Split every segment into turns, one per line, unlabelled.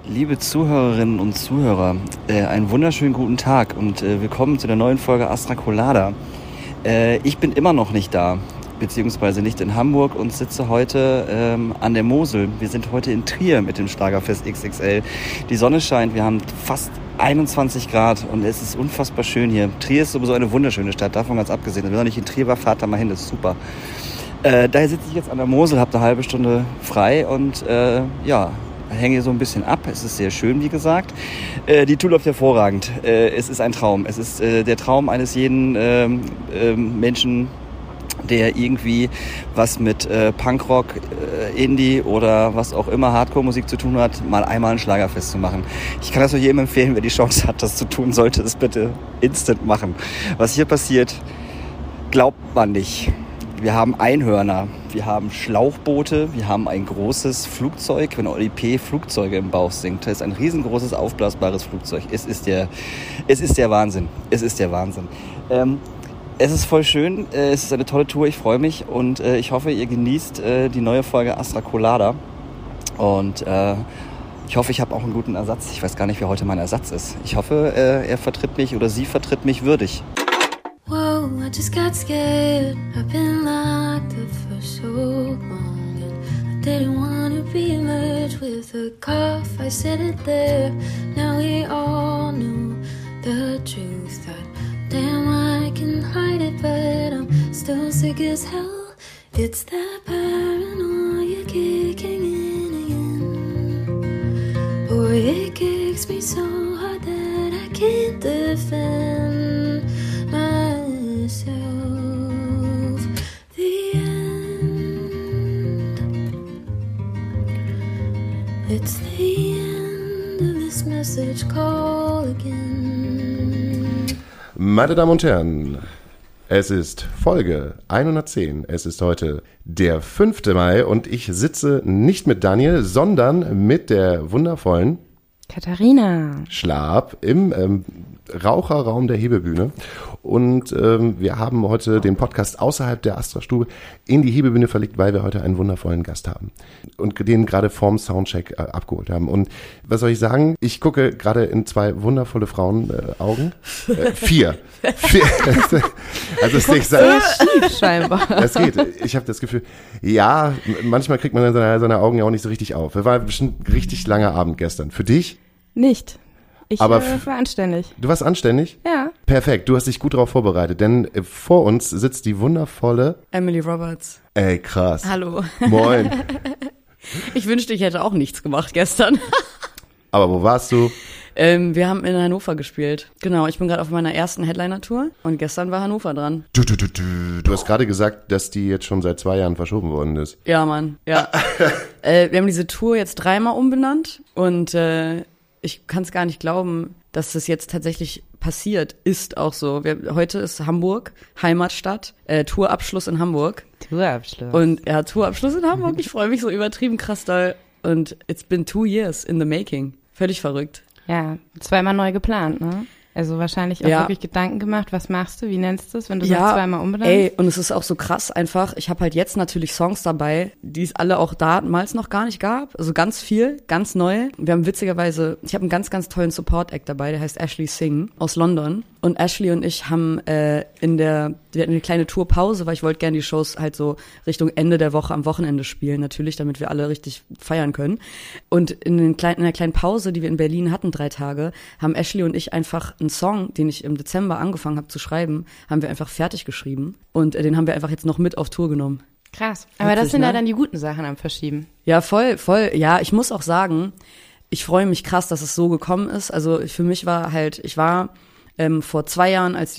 Liebe Zuhörerinnen und Zuhörer, einen wunderschönen guten Tag und willkommen zu der neuen Folge Astra Colada. Ich bin immer noch nicht da, beziehungsweise nicht in Hamburg und sitze heute an der Mosel. Wir sind heute in Trier mit dem Schlagerfest XXL. Die Sonne scheint, wir haben fast 21 Grad und es ist unfassbar schön hier. Trier ist sowieso eine wunderschöne Stadt, davon ganz abgesehen. Wenn ihr noch nicht in Trier war, fahrt da mal hin, das ist super. Daher sitze ich jetzt an der Mosel, habe eine halbe Stunde frei und hänge so ein bisschen ab. Es ist sehr schön, wie gesagt. Die Tour läuft hervorragend. Es ist ein Traum. Es ist der Traum eines jeden Menschen, der irgendwie was mit Punkrock, Indie oder was auch immer, Hardcore-Musik zu tun hat, mal einmal ein Schlagerfest zu machen. Ich kann das nur jedem empfehlen, wer die Chance hat, das zu tun, sollte es bitte instant machen. Was hier passiert, glaubt man nicht. Wir haben Einhörner, wir haben Schlauchboote, wir haben ein großes Flugzeug, wenn Oli P. Flugzeuge im Bauch singt. Das ist ein riesengroßes, aufblasbares Flugzeug. Es ist der Wahnsinn. Es ist der Wahnsinn. Es ist voll schön, es ist eine tolle Tour, ich freue mich und ich hoffe, ihr genießt die neue Folge Astra Colada. Und ich hoffe, ich habe auch einen guten Ersatz. Ich weiß gar nicht, wer heute mein Ersatz ist. Ich hoffe, er vertritt mich oder sie vertritt mich würdig.
Whoa, I just got scared. I've been locked up for so long, and I didn't want to be merged with a cough. I said it there. Now we all know the truth. That damn, I can hide it, but I'm still sick as hell. It's that paranoia kicking in again. Boy, it kicks me so hard that I can't defend myself. The end. It's the end of this message call again.
Meine Damen und Herren, es ist Folge 110. Es ist heute der 5. Mai und ich sitze nicht mit Daniel, sondern mit der wundervollen
Katharina
Schlab im Raucherraum der Hebebühne. Und wir haben heute den Podcast außerhalb der Astra-Stube in die Hebebühne verlegt, weil wir heute einen wundervollen Gast haben und den gerade vorm Soundcheck abgeholt haben. Und was soll ich sagen? Ich gucke gerade in zwei wundervolle Frauenaugen. Vier. Also es ist
sehr schief scheinbar.
Das geht. Ich habe das Gefühl, ja, manchmal kriegt man seine Augen ja auch nicht so richtig auf. Es war bestimmt ein richtig langer Abend gestern. Für dich?
Nicht. Ich
war
anständig.
Du warst anständig?
Ja.
Perfekt, du hast dich gut darauf vorbereitet, denn vor uns sitzt die wundervolle
Emily Roberts.
Ey, krass.
Hallo.
Moin.
Ich wünschte, ich hätte auch nichts gemacht gestern.
Aber wo warst du?
Wir haben in Hannover gespielt. Genau, ich bin gerade auf meiner ersten Headliner-Tour und gestern war Hannover dran.
Du hast gerade gesagt, dass die jetzt schon seit 2 Jahren verschoben worden ist.
Ja, Mann, ja. Wir haben diese Tour jetzt 3-mal umbenannt und ich kann es gar nicht glauben, dass das jetzt tatsächlich passiert. Ist auch so. Heute ist Hamburg, Heimatstadt, Tourabschluss in Hamburg.
Tourabschluss.
Und ja, Tourabschluss in Hamburg. Ich freue mich so übertrieben krass doll. Und it's been 2 years in the making. Völlig verrückt.
Ja, 2-mal neu geplant, ne? Also wahrscheinlich auch wirklich Gedanken gemacht, was machst du, wie nennst du es, wenn du sagst 2-mal umbenannt?
Ey, und es ist auch so krass einfach, ich habe halt jetzt natürlich Songs dabei, die es alle auch damals noch gar nicht gab, also ganz viel, ganz neu. Wir haben witzigerweise, ich habe einen ganz, ganz tollen Support-Act dabei, der heißt Ashley Singh aus London. Und Ashley und ich haben wir hatten eine kleine Tourpause, weil ich wollte gerne die Shows halt so Richtung Ende der Woche am Wochenende spielen, natürlich, damit wir alle richtig feiern können. Und in einer kleinen Pause, die wir in Berlin hatten, 3 Tage, haben Ashley und ich einfach einen Song, den ich im Dezember angefangen habe zu schreiben, haben wir einfach fertig geschrieben. Und den haben wir einfach jetzt noch mit auf Tour genommen.
Krass. Aber das sind ja dann die guten Sachen am Verschieben.
Ja, voll. Ja, ich muss auch sagen, ich freue mich krass, dass es so gekommen ist. Also für mich war halt, ich war vor 2 Jahren, als die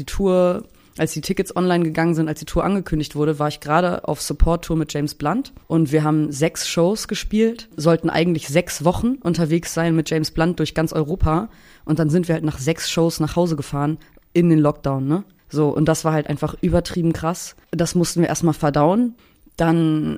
Tickets online gegangen sind, als die Tour angekündigt wurde, war ich gerade auf Support-Tour mit James Blunt und wir haben 6 Shows gespielt, sollten eigentlich 6 Wochen unterwegs sein mit James Blunt durch ganz Europa und dann sind wir halt nach 6 Shows nach Hause gefahren in den Lockdown, ne? So, und das war halt einfach übertrieben krass. Das mussten wir erstmal verdauen. Dann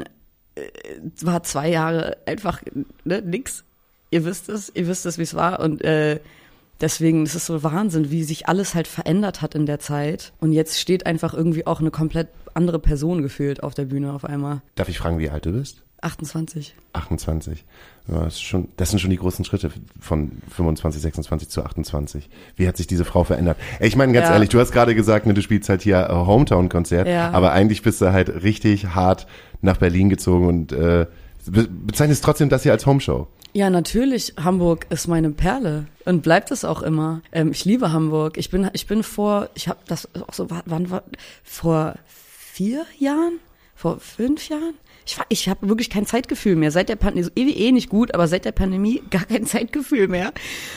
war 2 Jahre einfach nix. Ihr wisst es, wie es war und deswegen, das ist so Wahnsinn, wie sich alles halt verändert hat in der Zeit. Und jetzt steht einfach irgendwie auch eine komplett andere Person gefühlt auf der Bühne auf einmal.
Darf ich fragen, wie alt du bist?
28.
28. Ja, das sind schon die großen Schritte von 25, 26 zu 28. Wie hat sich diese Frau verändert? Ich meine, ganz ehrlich, du hast gerade gesagt, ne, du spielst halt hier Hometown-Konzert, aber eigentlich bist du halt richtig hart nach Berlin gezogen und bezeichnest trotzdem das hier als Homeshow.
Ja, natürlich. Hamburg ist meine Perle und bleibt es auch immer. Ich liebe Hamburg. Ich habe das auch so, wann war, vor 4 Jahren? Vor 5 Jahren? Ich habe wirklich kein Zeitgefühl mehr. Seit der Pandemie, so nicht gut, aber seit der Pandemie gar kein Zeitgefühl mehr.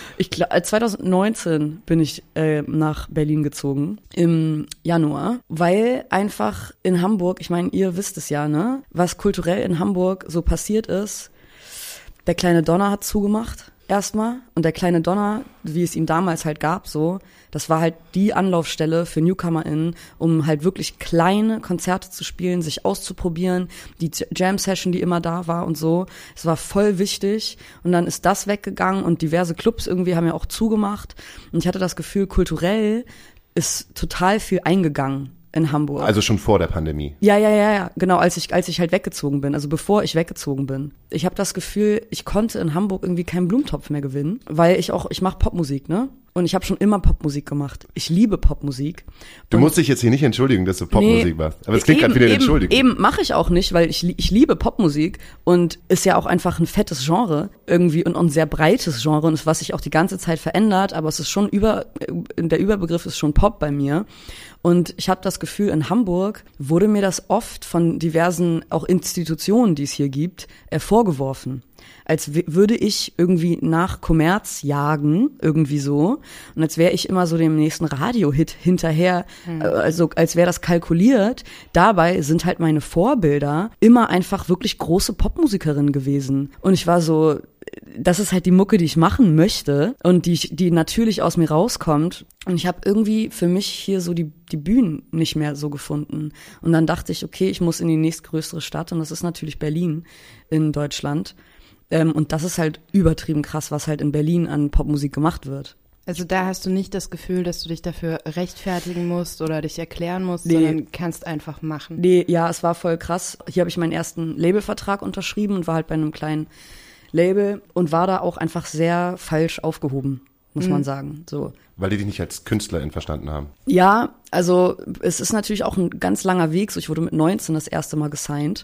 2019 bin ich nach Berlin gezogen, im Januar, weil einfach in Hamburg, ich meine, ihr wisst es ja, ne, was kulturell in Hamburg so passiert ist. Der kleine Donner hat zugemacht, erstmal. Und der kleine Donner, wie es ihn damals halt gab, so, das war halt die Anlaufstelle für NewcomerInnen, um halt wirklich kleine Konzerte zu spielen, sich auszuprobieren, die Jam-Session, die immer da war und so. Es war voll wichtig. Und dann ist das weggegangen und diverse Clubs irgendwie haben ja auch zugemacht. Und ich hatte das Gefühl, kulturell ist total viel eingegangen in Hamburg.
Also schon vor der Pandemie?
Ja, genau, als ich halt weggezogen bin, also bevor ich weggezogen bin. Ich habe das Gefühl, ich konnte in Hamburg irgendwie keinen Blumentopf mehr gewinnen, weil ich mache Popmusik, ne? Und ich habe schon immer Popmusik gemacht. Ich liebe Popmusik.
Du musst dich jetzt hier nicht entschuldigen, dass du Popmusik machst. Aber es klingt gerade wieder eine Entschuldigung.
Eben mache ich auch nicht, weil ich liebe Popmusik und ist ja auch einfach ein fettes Genre irgendwie und ein sehr breites Genre und was sich auch die ganze Zeit verändert, aber es ist schon der Überbegriff ist schon Pop bei mir. Und ich habe das Gefühl, in Hamburg wurde mir das oft von diversen auch Institutionen, die es hier gibt, vorgeworfen. Als würde ich irgendwie nach Kommerz jagen, irgendwie so. Und als wäre ich immer so dem nächsten Radio-Hit hinterher, also als wäre das kalkuliert. Dabei sind halt meine Vorbilder immer einfach wirklich große Popmusikerinnen gewesen. Und ich war so, das ist halt die Mucke, die ich machen möchte und die natürlich aus mir rauskommt. Und ich habe irgendwie für mich hier so die Bühnen nicht mehr so gefunden. Und dann dachte ich, okay, ich muss in die nächstgrößere Stadt und das ist natürlich Berlin in Deutschland. Und das ist halt übertrieben krass, was halt in Berlin an Popmusik gemacht wird.
Also da hast du nicht das Gefühl, dass du dich dafür rechtfertigen musst oder dich erklären musst, sondern kannst einfach machen.
Nee, ja, es war voll krass. Hier habe ich meinen ersten Labelvertrag unterschrieben und war halt bei einem kleinen Label und war da auch einfach sehr falsch aufgehoben, muss man sagen. So.
Weil die dich nicht als Künstlerin verstanden haben.
Ja, also es ist natürlich auch ein ganz langer Weg. So, ich wurde mit 19 das erste Mal gesigned.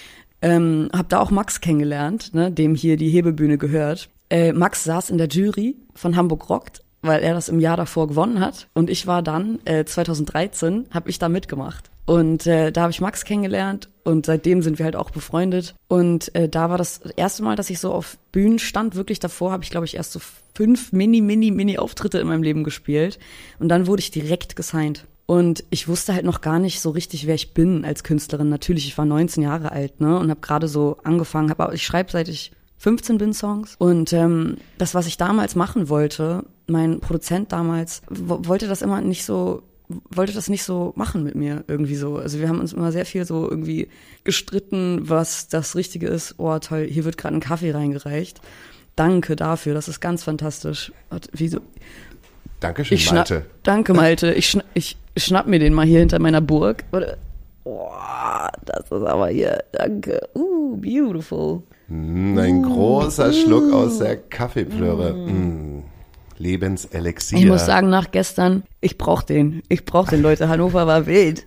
Hab da auch Max kennengelernt, ne, dem hier die Hebebühne gehört. Max saß in der Jury von Hamburg Rockt, weil er das im Jahr davor gewonnen hat. Und ich war dann, 2013, habe ich da mitgemacht. Und da habe ich Max kennengelernt und seitdem sind wir halt auch befreundet. Und da war das erste Mal, dass ich so auf Bühnen stand. Wirklich davor habe ich, glaube ich, erst so 5 Mini-Auftritte in meinem Leben gespielt. Und dann wurde ich direkt gesigned. Und ich wusste halt noch gar nicht so richtig, wer ich bin als Künstlerin. Natürlich, ich war 19 Jahre alt, ne, und habe gerade so angefangen. Ich schreibe, seit ich 15 bin, Songs. Und das, was ich damals machen wollte, mein Produzent damals wollte das nicht so machen mit mir irgendwie so. Also wir haben uns immer sehr viel so irgendwie gestritten, was das Richtige ist. Oh toll, hier wird gerade ein Kaffee reingereicht. Danke dafür, das ist ganz fantastisch. Wieso?
Dankeschön, Malte.
Danke, Malte. Ich schnapp mir den mal hier hinter meiner Burg. Oh, das ist aber hier, danke. Beautiful.
Ein großer Schluck aus der Kaffeeplörre. Lebenselixier.
Ich muss sagen, nach gestern, ich brauch den, Leute. Hannover war wild.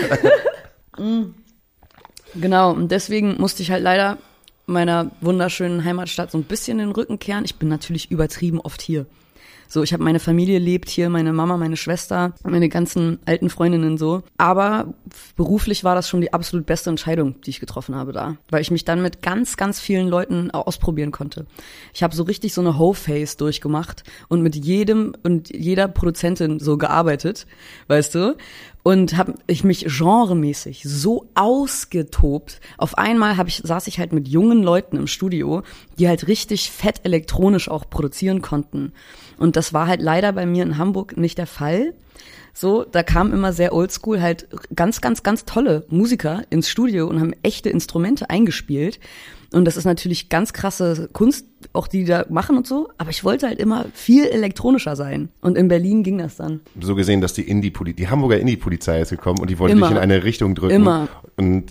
Genau, und deswegen musste ich halt leider meiner wunderschönen Heimatstadt so ein bisschen den Rücken kehren. Ich bin natürlich übertrieben oft hier. So, ich habe meine Familie lebt hier, meine Mama, meine Schwester, meine ganzen alten Freundinnen so. Aber beruflich war das schon die absolut beste Entscheidung, die ich getroffen habe da. Weil ich mich dann mit ganz, ganz vielen Leuten ausprobieren konnte. Ich habe so richtig so eine Hoe-Phase durchgemacht und mit jedem und jeder Produzentin so gearbeitet, weißt du? Und habe ich mich genremäßig so ausgetobt. Auf einmal saß ich halt mit jungen Leuten im Studio, die halt richtig fett elektronisch auch produzieren konnten. Und das war halt leider bei mir in Hamburg nicht der Fall. So, da kamen immer sehr oldschool halt ganz, ganz, ganz tolle Musiker ins Studio und haben echte Instrumente eingespielt. Und das ist natürlich ganz krasse Kunst, auch die da machen und so. Aber ich wollte halt immer viel elektronischer sein. Und in Berlin ging das dann.
So gesehen, dass die Hamburger Indie-Polizei ist gekommen und die wollte dich in eine Richtung drücken.
Immer.
Und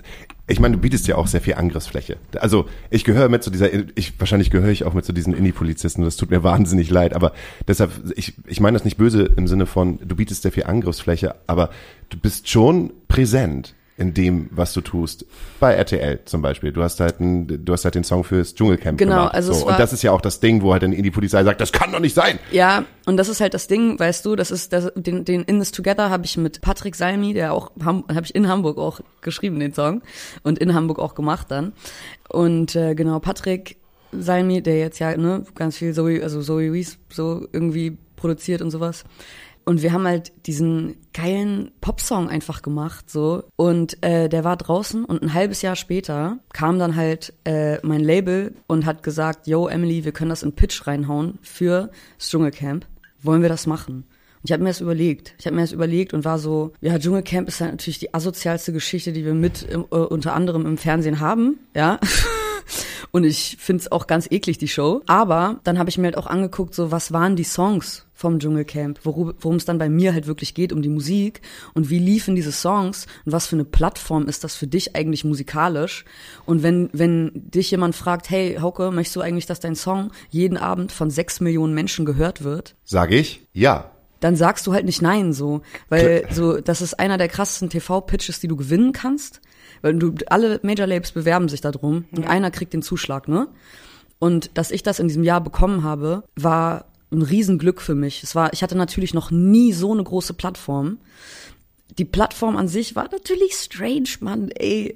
Ich meine, du bietest ja auch sehr viel Angriffsfläche. Also wahrscheinlich gehöre ich auch mit zu diesen Indie-Polizisten, das tut mir wahnsinnig leid, aber deshalb, ich meine das nicht böse im Sinne von, du bietest sehr viel Angriffsfläche, aber du bist schon präsent in dem, was du tust. Bei RTL zum Beispiel. Du hast halt den Song fürs Dschungelcamp gemacht.
Also
so. Und das ist ja auch das Ding, wo halt dann die Polizei sagt, das kann doch nicht sein.
Ja, und das ist halt das Ding, weißt du, den In This Together habe ich mit Patrick Salmi, habe ich in Hamburg auch geschrieben, den Song. Und in Hamburg auch gemacht dann. Und genau, Patrick Salmi, der jetzt ja ganz viel Zoe Wees so irgendwie produziert und sowas. Und wir haben halt diesen geilen Popsong einfach gemacht, so. Und der war draußen und ein halbes Jahr später kam dann halt mein Label und hat gesagt, yo, Emily, wir können das in Pitch reinhauen für das Dschungelcamp. Wollen wir das machen? Und ich habe mir das überlegt und war so, ja, Dschungelcamp ist halt natürlich die asozialste Geschichte, die wir unter anderem im Fernsehen haben, ja. Und ich find's auch ganz eklig, die Show. Aber dann habe ich mir halt auch angeguckt, so was waren die Songs vom Dschungelcamp, worum es dann bei mir halt wirklich geht, um die Musik und wie liefen diese Songs und was für eine Plattform ist das für dich eigentlich musikalisch. Und wenn dich jemand fragt, hey Hauke, möchtest du eigentlich, dass dein Song jeden Abend von 6 Millionen Menschen gehört wird?
Sag ich, ja.
Dann sagst du halt nicht nein, so. Weil so, das ist einer der krassesten TV-Pitches, die du gewinnen kannst. Weil alle Major-Labels bewerben sich da drum und einer kriegt den Zuschlag, ne? Und dass ich das in diesem Jahr bekommen habe, war ein Riesenglück für mich. Ich hatte natürlich noch nie so eine große Plattform. Die Plattform an sich war natürlich strange, Mann, ey.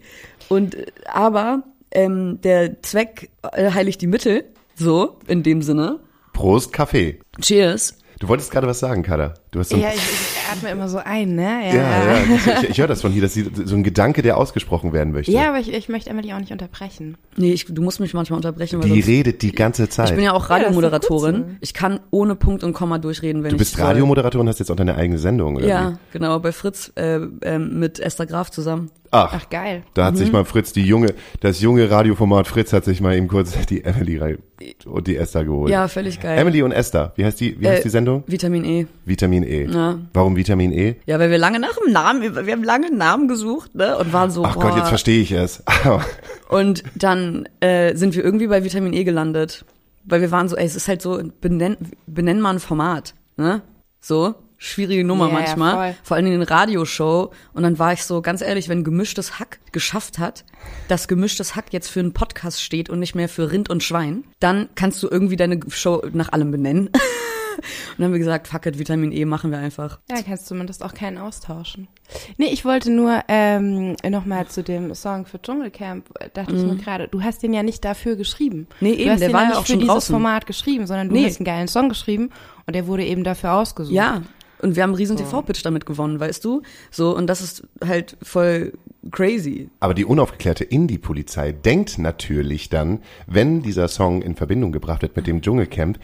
Aber der Zweck heiligt die Mittel, so, in dem Sinne.
Prost, Kaffee.
Cheers.
Du wolltest gerade was sagen, Kada. Du hast
ich atme immer so ein, ne?
Ja. Ich höre das von hier, dass so ein Gedanke, der ausgesprochen werden möchte.
Ja, aber ich möchte Emily auch nicht unterbrechen.
Nee, du musst mich manchmal unterbrechen. Weil
die redet die ganze Zeit.
Ich bin ja auch Radiomoderatorin. Ja, ich kann ohne Punkt und Komma durchreden, wenn ich
Du bist Radiomoderatorin, hast jetzt auch deine eigene Sendung, oder?
Ja, genau, bei Fritz mit Esther Graf zusammen.
Ach
geil.
Da hat sich mal das junge Radioformat Fritz hat sich mal eben kurz die Emily und die Esther geholt.
Ja, völlig geil.
Emily und Esther, wie heißt die Sendung?
Vitamin E.
Vitamin E.
Ja.
Warum Vitamin E?
Ja, weil wir lange wir haben lange einen Namen gesucht, ne? Und waren so,
ach Gott, jetzt verstehe ich es.
Und dann sind wir irgendwie bei Vitamin E gelandet. Weil wir waren so, es ist halt so, benennen mal ein Format, ne? So. Schwierige Nummer manchmal,
ja,
vor allem in den Radioshow. Und dann war ich so, ganz ehrlich, wenn Gemischtes Hack geschafft hat, dass Gemischtes Hack jetzt für einen Podcast steht und nicht mehr für Rind und Schwein, dann kannst du irgendwie deine Show nach allem benennen. Und dann haben wir gesagt, fuck it, Vitamin E machen wir einfach.
Ja, kannst du zumindest auch keinen austauschen. Nee, ich wollte nur nochmal zu dem Song für Dschungelcamp, dachte ich mir gerade, du hast den ja nicht dafür geschrieben.
Nee, eben, der war ja auch schon draußen. Du hast den nicht für dieses Format
geschrieben, sondern du hast einen geilen Song geschrieben und der wurde eben dafür ausgesucht.
Ja. Und wir haben einen riesen TV-Pitch damit gewonnen, weißt du? So, und das ist halt voll crazy.
Aber die unaufgeklärte Indie-Polizei denkt natürlich dann, wenn dieser Song in Verbindung gebracht wird mit dem Dschungelcamp,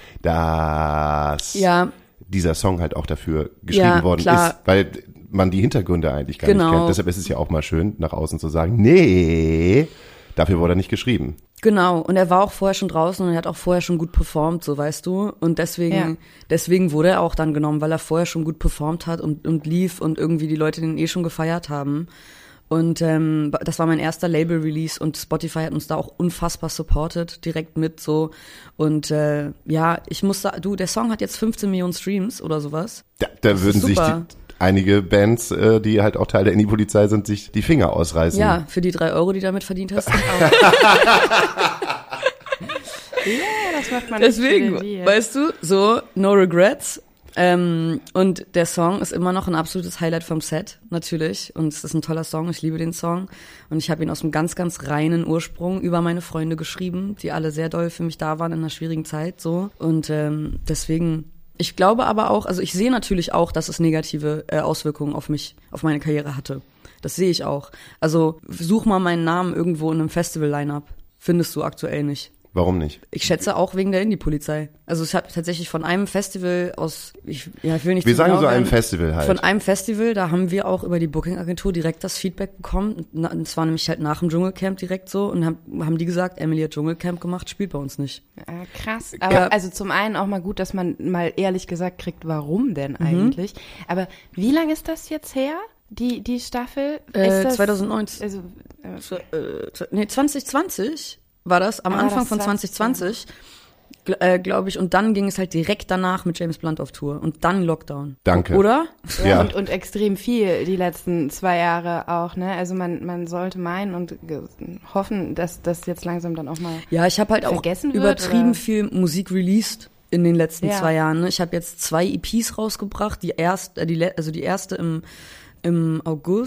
dass dieser Song halt auch dafür geschrieben worden ist, weil man die Hintergründe eigentlich gar nicht kennt. Deshalb ist es ja auch mal schön, nach außen zu sagen, nee, dafür wurde er nicht geschrieben.
Genau, und er war auch vorher schon draußen und er hat auch vorher schon gut performt, so weißt du. Und deswegen wurde er auch dann genommen, weil er vorher schon gut performt hat und lief und irgendwie die Leute den schon gefeiert haben. Und das war mein erster Label-Release und Spotify hat uns da auch unfassbar supported, direkt mit so. Und ich muss sagen, der Song hat jetzt 15 Millionen Streams oder sowas.
Da würden sich einige Bands, die halt auch Teil der Indie-Polizei sind, sich die Finger ausreißen.
Ja, für die 3 €, die du damit verdient hast.
Ja, das macht man
deswegen, weißt du, so, no regrets. Und der Song ist immer noch ein absolutes Highlight vom Set, natürlich. Und es ist ein toller Song, ich liebe den Song. Und ich habe ihn aus einem ganz, ganz reinen Ursprung über meine Freunde geschrieben, die alle sehr doll für mich da waren in einer schwierigen Zeit, so. Und deswegen... Ich glaube aber auch, also ich sehe natürlich auch, dass es negative Auswirkungen auf meine Karriere hatte. Das sehe ich auch. Also such mal meinen Namen irgendwo in einem Festival-Line-Up. Findest du aktuell nicht.
Warum nicht?
Ich schätze auch wegen der Indie-Polizei. Also ich habe tatsächlich von einem Festival ich will nicht.
Wir sagen so einem Festival halt.
Von einem Festival, da haben wir auch über die Booking-Agentur direkt das Feedback bekommen. Und zwar nämlich halt nach dem Dschungelcamp direkt so. Und haben die gesagt, Emily hat Dschungelcamp gemacht, spielt bei uns nicht.
Krass. Aber also zum einen auch mal gut, dass man mal ehrlich gesagt kriegt, warum denn eigentlich. Aber wie lange ist das jetzt her? die Staffel? Ist das,
2019.
Also,
2020 war das, am Anfang von 2020, glaube ich. Und dann ging es halt direkt danach mit James Blunt auf Tour. Und dann Lockdown.
Danke.
Oder?
Ja.
Und extrem viel die letzten 2 Jahre auch, ne? Also man sollte meinen und hoffen, dass das jetzt langsam dann auch mal
Ja, ich habe halt auch
vergessen wird,
übertrieben
oder?
viel Musik released in den letzten
Ja.
2 Jahren. Ne? Ich habe jetzt 2 EPs rausgebracht. Die erste im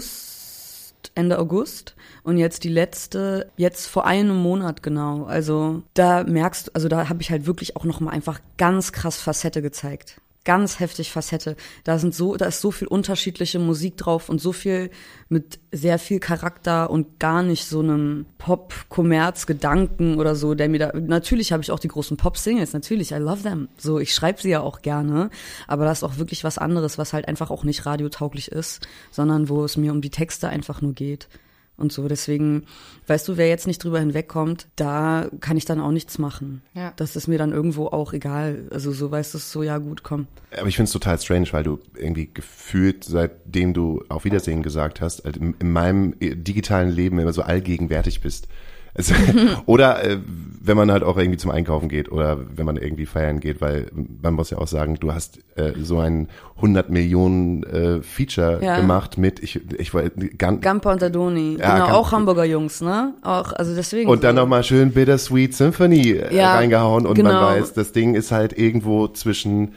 August, Ende August. Und jetzt die letzte, jetzt vor einem Monat genau. Also da merkst du, also da habe ich halt wirklich auch nochmal einfach ganz krass Facette gezeigt. Ganz heftig Facette. Da ist so viel unterschiedliche Musik drauf und so viel mit sehr viel Charakter und gar nicht so einem Pop-Kommerz-Gedanken oder so, der mir da, natürlich habe ich auch die großen Pop-Singles, natürlich, I love them. So, ich schreibe sie ja auch gerne, aber da ist auch wirklich was anderes, was halt einfach auch nicht radiotauglich ist, sondern wo es mir um die Texte einfach nur geht. Und so, deswegen, weißt du, wer jetzt nicht drüber hinwegkommt, da kann ich dann auch nichts machen.
Ja.
Das ist mir dann irgendwo auch egal. Also so, weißt du, so, ja gut, komm.
Aber ich finde es total strange, weil du irgendwie gefühlt, seitdem du auf Wiedersehen gesagt hast, halt in meinem digitalen Leben immer so allgegenwärtig bist. Also, oder wenn man halt auch irgendwie zum Einkaufen geht oder wenn man irgendwie feiern geht, weil man muss ja auch sagen, du hast so ein 100 Millionen Feature gemacht mit, ich war
Gampa und Dadoni,
Ja,
genau, auch Hamburger Jungs, ne? Auch, also deswegen.
Und dann nochmal schön Bittersweet Symphony reingehauen und
genau.
man weiß, das Ding ist halt irgendwo zwischen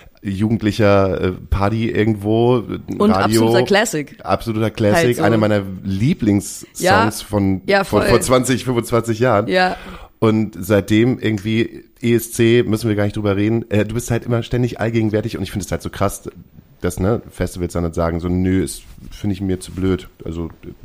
jugendlicher Party irgendwo,
und
Radio.
absoluter Classic.
Absoluter Classic,
Halt so.
einer meiner Lieblingssongs von vor 20, 25 Jahren.
Ja.
Und seitdem irgendwie ESC, müssen wir gar nicht drüber reden, du bist halt immer ständig allgegenwärtig und ich finde es halt so krass, dass Festivals dann halt sagen, so nö, ist finde ich mir zu blöd. Also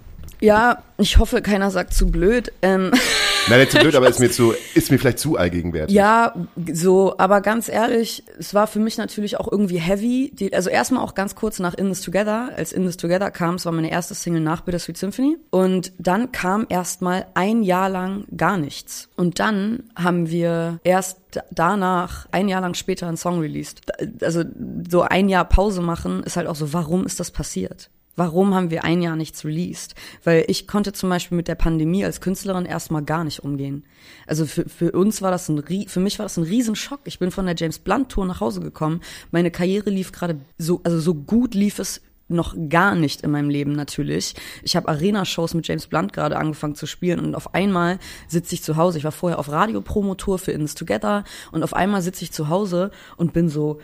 Ja, ich hoffe, keiner sagt zu blöd.
nein, nicht zu blöd, aber ist mir vielleicht zu allgegenwärtig.
Ja, so, aber ganz ehrlich, es war für mich natürlich auch irgendwie heavy. Also erstmal auch ganz kurz nach In This Together. Als In This Together kam, es war meine erste Single nach Bittersweet Symphony. Und dann kam erstmal 1 Jahr lang gar nichts. Und dann haben wir erst danach, 1 Jahr lang später, einen Song released. Also so 1 Jahr Pause machen ist halt auch so, warum ist das passiert? Warum haben wir 1 Jahr nichts released? Weil ich konnte zum Beispiel mit der Pandemie als Künstlerin erstmal gar nicht umgehen. Also für uns war das für mich war das ein Riesenschock. Ich bin von der James Blunt Tour nach Hause gekommen. Meine Karriere lief gerade so gut lief es noch gar nicht in meinem Leben natürlich. Ich habe Arena-Shows mit James Blunt gerade angefangen zu spielen und auf einmal sitze ich zu Hause. Ich war vorher auf Radio-Promotour für In This Together und auf einmal sitze ich zu Hause und bin so,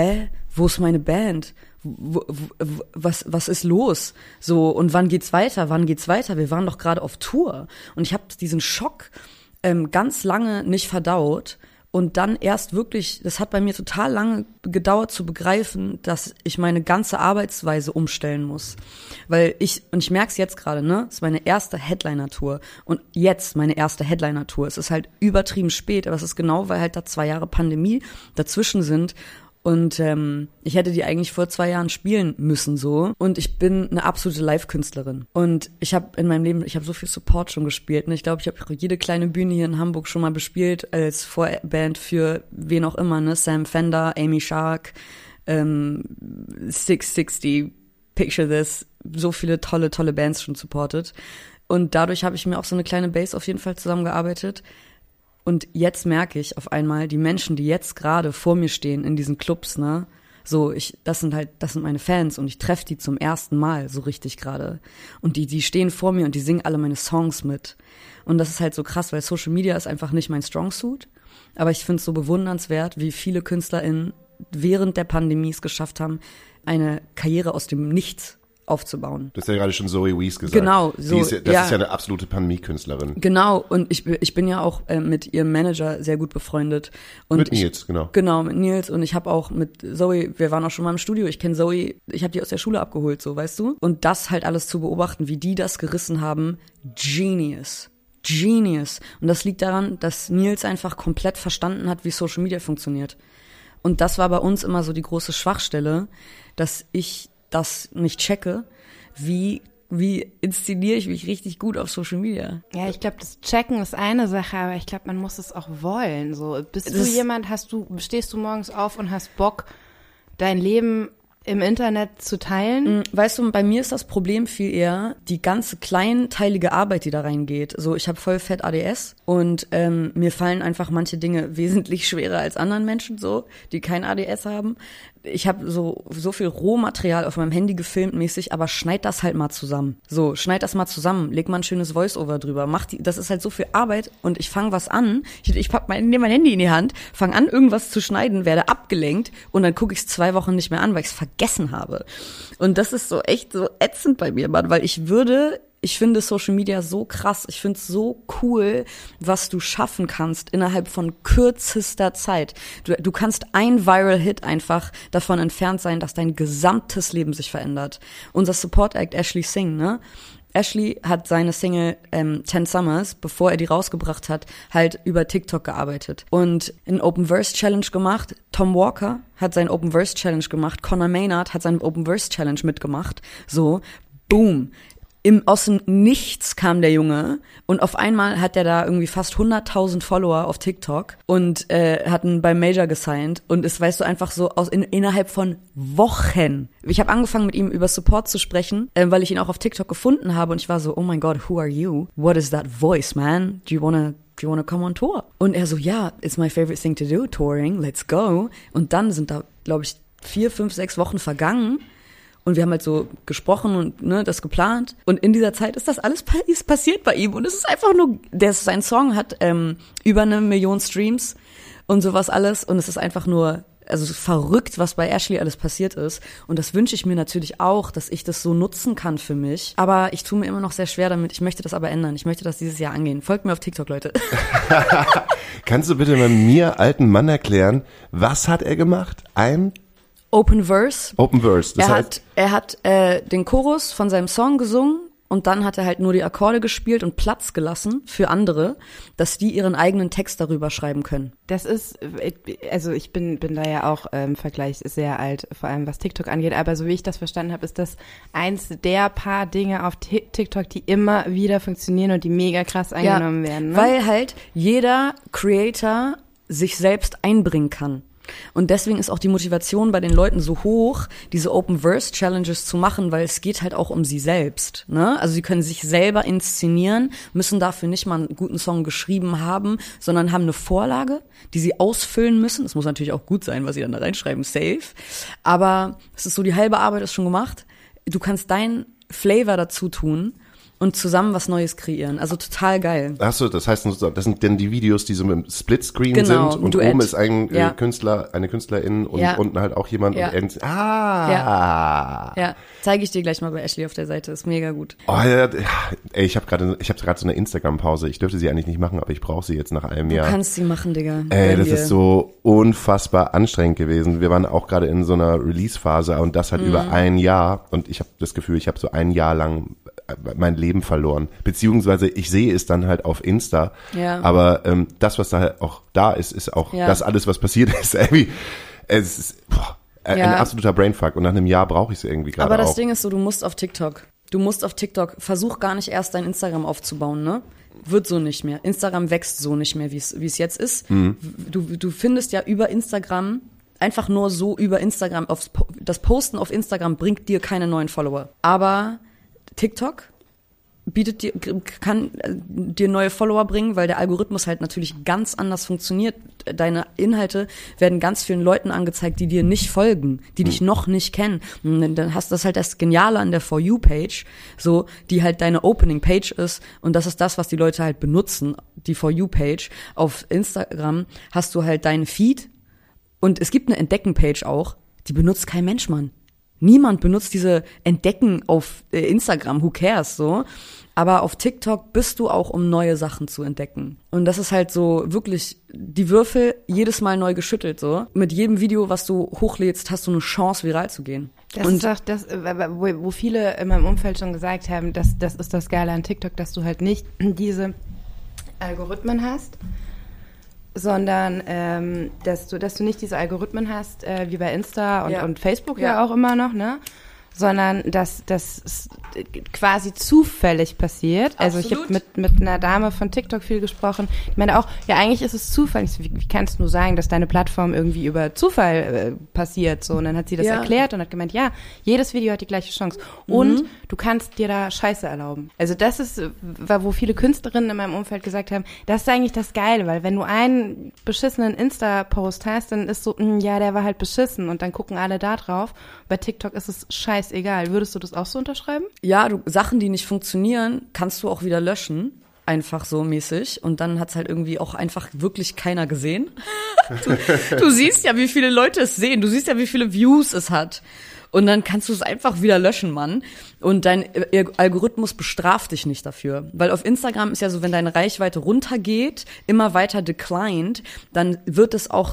wo ist meine Band? Was ist los? So, und wann geht's weiter? Wir waren doch gerade auf Tour. Und ich habe diesen Schock ganz lange nicht verdaut. Und dann erst wirklich, das hat bei mir total lange gedauert zu begreifen, dass ich meine ganze Arbeitsweise umstellen muss. Weil ich merke es jetzt gerade, ne? Es ist meine erste Headliner-Tour. Und jetzt meine erste Headliner-Tour. Es ist halt übertrieben spät, aber es ist genau, weil halt da 2 Jahre Pandemie dazwischen sind. Und ich hätte die eigentlich vor 2 Jahren spielen müssen so. Und ich bin eine absolute Live-Künstlerin. Und ich habe in meinem Leben, so viel Support schon gespielt. Ne? Ich glaube, ich habe jede kleine Bühne hier in Hamburg schon mal bespielt als Vorband für wen auch immer. Ne? Sam Fender, Amy Shark, 660, Picture This. So viele tolle Bands schon supportet. Und dadurch habe ich mir auch so eine kleine Base auf jeden Fall zusammengearbeitet. Und jetzt merke ich auf einmal, die Menschen, die jetzt gerade vor mir stehen in diesen Clubs, ne, so, das sind meine Fans und ich treffe die zum ersten Mal so richtig gerade. Und die stehen vor mir und die singen alle meine Songs mit. Und das ist halt so krass, weil Social Media ist einfach nicht mein Strongsuit. Aber ich finde es so bewundernswert, wie viele KünstlerInnen während der Pandemie es geschafft haben, eine Karriere aus dem Nichts aufzubauen.
Du hast ja gerade schon Zoe Wees gesagt.
Genau. So,
das ist ja eine absolute Pandemie-Künstlerin.
Genau, und ich bin ja auch mit ihrem Manager sehr gut befreundet. Und
mit Nils, genau.
Genau, mit Nils. Und ich habe auch mit Zoe, wir waren auch schon mal im Studio, ich kenne Zoe, ich habe die aus der Schule abgeholt, so, weißt du? Und das halt alles zu beobachten, wie die das gerissen haben, Genius. Und das liegt daran, dass Nils einfach komplett verstanden hat, wie Social Media funktioniert. Und das war bei uns immer so die große Schwachstelle, dass ich das nicht checke, wie inszeniere ich mich richtig gut auf Social Media.
Ja, ich glaube, das Checken ist eine Sache, aber ich glaube, man muss es auch wollen. So, bist du jemand, stehst du morgens auf und hast Bock, dein Leben im Internet zu teilen?
Weißt du, bei mir ist das Problem viel eher die ganze kleinteilige Arbeit, die da reingeht. So, ich habe voll fett ADS und mir fallen einfach manche Dinge wesentlich schwerer als anderen Menschen, so, die kein ADS haben. Ich habe so viel Rohmaterial auf meinem Handy gefilmt mäßig, aber schneid das halt mal zusammen. So, schneid das mal zusammen, leg mal ein schönes Voice-Over drüber. Das ist halt so viel Arbeit und ich fange was an. Ich nehme mein Handy in die Hand, fange an, irgendwas zu schneiden, werde abgelenkt und dann gucke ich es 2 Wochen nicht mehr an, weil ich es vergessen habe. Und das ist so echt so ätzend bei mir, Mann, weil ich finde Social Media so krass. Ich finde es so cool, was du schaffen kannst innerhalb von kürzester Zeit. Du kannst ein Viral-Hit einfach davon entfernt sein, dass dein gesamtes Leben sich verändert. Unser Support-Act Ashley Singh, ne? Ashley hat seine Single 10 Summers, bevor er die rausgebracht hat, halt über TikTok gearbeitet und eine Open Verse Challenge gemacht. Tom Walker hat seinen Open Verse Challenge gemacht. Conor Maynard hat seinen Open Verse Challenge mitgemacht. So, boom. Aus dem Nichts kam der Junge und auf einmal hat er da irgendwie fast 100.000 Follower auf TikTok und hat ihn beim Major gesigned und ist, weißt du, einfach so innerhalb von Wochen. Ich habe angefangen mit ihm über Support zu sprechen, weil ich ihn auch auf TikTok gefunden habe und ich war so, oh mein Gott, who are you? What is that voice, man? Do you wanna come on tour? Und er so, yeah, it's my favorite thing to do, touring, let's go. Und dann sind da, glaube ich, 4, 5, 6 Wochen vergangen. Und wir haben halt so gesprochen und das geplant. Und in dieser Zeit ist das alles passiert bei ihm. Und es ist einfach nur, sein Song hat über 1 Million Streams und sowas alles. Und es ist einfach nur, also verrückt, was bei Ashley alles passiert ist. Und das wünsche ich mir natürlich auch, dass ich das so nutzen kann für mich. Aber ich tue mir immer noch sehr schwer damit. Ich möchte das aber ändern. Ich möchte das dieses Jahr angehen. Folgt mir auf TikTok, Leute.
Kannst du bitte mal mir, alten Mann, erklären, was hat er gemacht?
Open Verse.
Das heißt,
Er hat den Chorus von seinem Song gesungen und dann hat er halt nur die Akkorde gespielt und Platz gelassen für andere, dass die ihren eigenen Text darüber schreiben können.
Das ist, also ich bin da ja auch im Vergleich sehr alt, vor allem was TikTok angeht, aber so wie ich das verstanden habe, ist das eins der paar Dinge auf TikTok, die immer wieder funktionieren und die mega krass angenommen werden. Ne?
Weil halt jeder Creator sich selbst einbringen kann. Und deswegen ist auch die Motivation bei den Leuten so hoch, diese Open-Verse-Challenges zu machen, weil es geht halt auch um sie selbst, ne? Also sie können sich selber inszenieren, müssen dafür nicht mal einen guten Song geschrieben haben, sondern haben eine Vorlage, die sie ausfüllen müssen. Das muss natürlich auch gut sein, was sie dann da reinschreiben, safe. Aber es ist so, die halbe Arbeit ist schon gemacht. Du kannst deinen Flavor dazu tun und zusammen was Neues kreieren. Also total geil.
Ach so, das heißt, das sind dann die Videos, die so mit dem Splitscreen
genau,
sind und
Duett.
oben ist ein Künstler, eine Künstlerin und unten halt auch jemand.
Ja.
Und
Ja, zeige ich dir gleich mal bei Ashley auf der Seite. Ist mega gut.
Oh, ja, ey, ich habe gerade so eine Instagram-Pause. Ich dürfte sie eigentlich nicht machen, aber ich brauche sie jetzt nach einem Jahr.
Du kannst sie machen, Digga.
Ey, das ist so unfassbar anstrengend gewesen. Wir waren auch gerade in so einer Release-Phase und das hat über ein Jahr und ich habe das Gefühl, ich habe so ein Jahr lang mein Leben verloren. Beziehungsweise ich sehe es dann halt auf Insta. Ja. Aber das, was da halt auch da ist, ist auch das alles, was passiert ist. Es ist ein absoluter Brainfuck. Und nach einem Jahr brauche ich es irgendwie gerade auch.
Aber das Ding ist so, du musst auf TikTok. Versuch gar nicht erst dein Instagram aufzubauen, ne? Wird so nicht mehr. Instagram wächst so nicht mehr, wie es jetzt ist. Mhm. Du findest ja über Instagram einfach nur so über Instagram, das Posten auf Instagram bringt dir keine neuen Follower. Aber TikTok kann dir neue Follower bringen, weil der Algorithmus halt natürlich ganz anders funktioniert. Deine Inhalte werden ganz vielen Leuten angezeigt, die dir nicht folgen, die dich noch nicht kennen. Und dann hast du das halt das Geniale an der For You-Page, so, die halt deine Opening-Page ist. Und das ist das, was die Leute halt benutzen, die For You-Page. Auf Instagram hast du halt deinen Feed und es gibt eine Entdecken-Page auch, die benutzt kein Mensch, Mann. Niemand benutzt diese Entdecken auf Instagram, who cares, so. Aber auf TikTok bist du auch, um neue Sachen zu entdecken. Und das ist halt so wirklich die Würfel jedes Mal neu geschüttelt, so. Mit jedem Video, was du hochlädst, hast du eine Chance, viral zu gehen.
Das ist doch das, wo viele in meinem Umfeld schon gesagt haben, das ist das Geile an TikTok, dass du halt nicht diese Algorithmen hast, sondern dass du nicht diese Algorithmen hast, wie bei Insta und Facebook ja auch immer noch, ne? sondern dass das quasi zufällig passiert. Also
Absolut.
ich habe mit einer Dame von TikTok viel gesprochen. Ich meine auch, ja eigentlich ist es zufällig. Wie kannst du nur sagen, dass deine Plattform irgendwie über Zufall passiert? So, und dann hat sie das erklärt und hat gemeint, ja, jedes Video hat die gleiche Chance. Und du kannst dir da Scheiße erlauben. Also das ist, wo viele Künstlerinnen in meinem Umfeld gesagt haben, das ist eigentlich das Geile, weil wenn du einen beschissenen Insta-Post hast, dann ist so, ja, der war halt beschissen und dann gucken alle da drauf. Bei TikTok ist es scheißegal. Würdest du das auch so unterschreiben?
Ja, Sachen, die nicht funktionieren, kannst du auch wieder löschen. Einfach so mäßig. Und dann hat's halt irgendwie auch einfach wirklich keiner gesehen. Du siehst ja, wie viele Leute es sehen. Du siehst ja, wie viele Views es hat. Und dann kannst du es einfach wieder löschen, Mann. Und dein Algorithmus bestraft dich nicht dafür. Weil auf Instagram ist ja so, wenn deine Reichweite runtergeht, immer weiter declined, dann wird es auch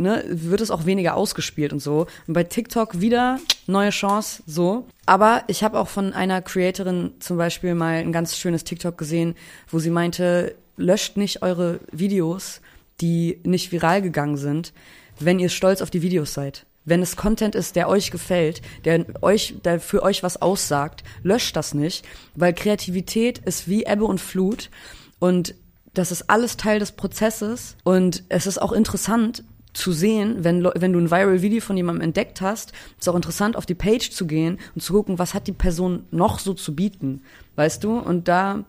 weniger ausgespielt und so. Und bei TikTok wieder neue Chance, so. Aber ich habe auch von einer Creatorin zum Beispiel mal ein ganz schönes TikTok gesehen, wo sie meinte, löscht nicht eure Videos, die nicht viral gegangen sind, wenn ihr stolz auf die Videos seid. Wenn es Content ist, der euch gefällt, der für euch was aussagt, löscht das nicht, weil Kreativität ist wie Ebbe und Flut und das ist alles Teil des Prozesses und es ist auch interessant zu sehen, wenn du ein Viral-Video von jemandem entdeckt hast, ist auch interessant, auf die Page zu gehen und zu gucken, was hat die Person noch so zu bieten, weißt du? Und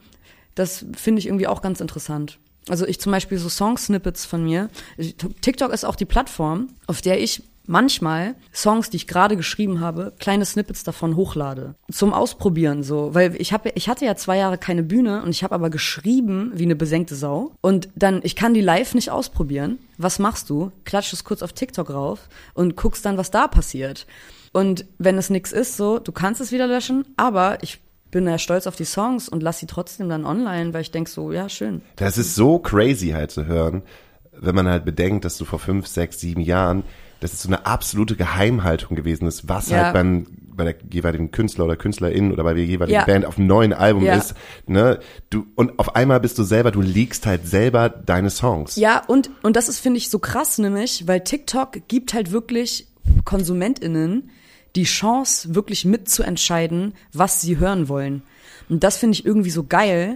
das finde ich irgendwie auch ganz interessant. Also ich zum Beispiel so Song-Snippets von mir, TikTok ist auch die Plattform, auf der ich manchmal Songs, die ich gerade geschrieben habe, kleine Snippets davon hochlade. Zum Ausprobieren so. Weil ich hatte ja 2 Jahre keine Bühne und ich habe aber geschrieben wie eine besenkte Sau. Und dann, ich kann die live nicht ausprobieren. Was machst du? Klatsch es kurz auf TikTok rauf und guckst dann, was da passiert. Und wenn es nix ist, so, du kannst es wieder löschen, aber ich bin ja stolz auf die Songs und lass sie trotzdem dann online, weil ich denk so, ja, schön.
Das ist so crazy halt zu hören, wenn man halt bedenkt, dass du vor 5, 6, 7 Jahren, das ist so eine absolute Geheimhaltung gewesen ist, was halt bei der jeweiligen Künstler oder Künstlerin oder bei der jeweiligen Band auf einem neuen Album ist, ne? Und auf einmal bist du leakst halt selber deine Songs.
Ja, und das ist, finde ich, so krass, nämlich, weil TikTok gibt halt wirklich KonsumentInnen die Chance, wirklich mitzuentscheiden, was sie hören wollen. Und das finde ich irgendwie so geil.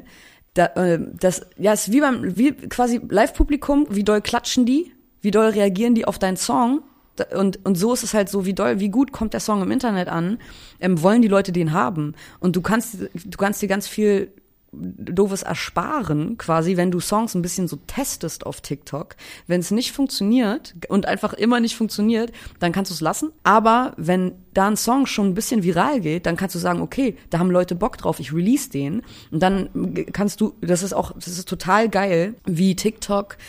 Das ist wie quasi Live-Publikum, wie doll klatschen die, wie doll reagieren die auf deinen Song. Und so ist es halt so, wie gut kommt der Song im Internet an, wollen die Leute den haben. Und du kannst dir ganz viel Doofes ersparen, quasi, wenn du Songs ein bisschen so testest auf TikTok. Wenn es nicht funktioniert und einfach immer nicht funktioniert, dann kannst du es lassen. Aber wenn da ein Song schon ein bisschen viral geht, dann kannst du sagen, okay, da haben Leute Bock drauf, ich release den. Und dann kannst du, das ist total geil, wie TikTok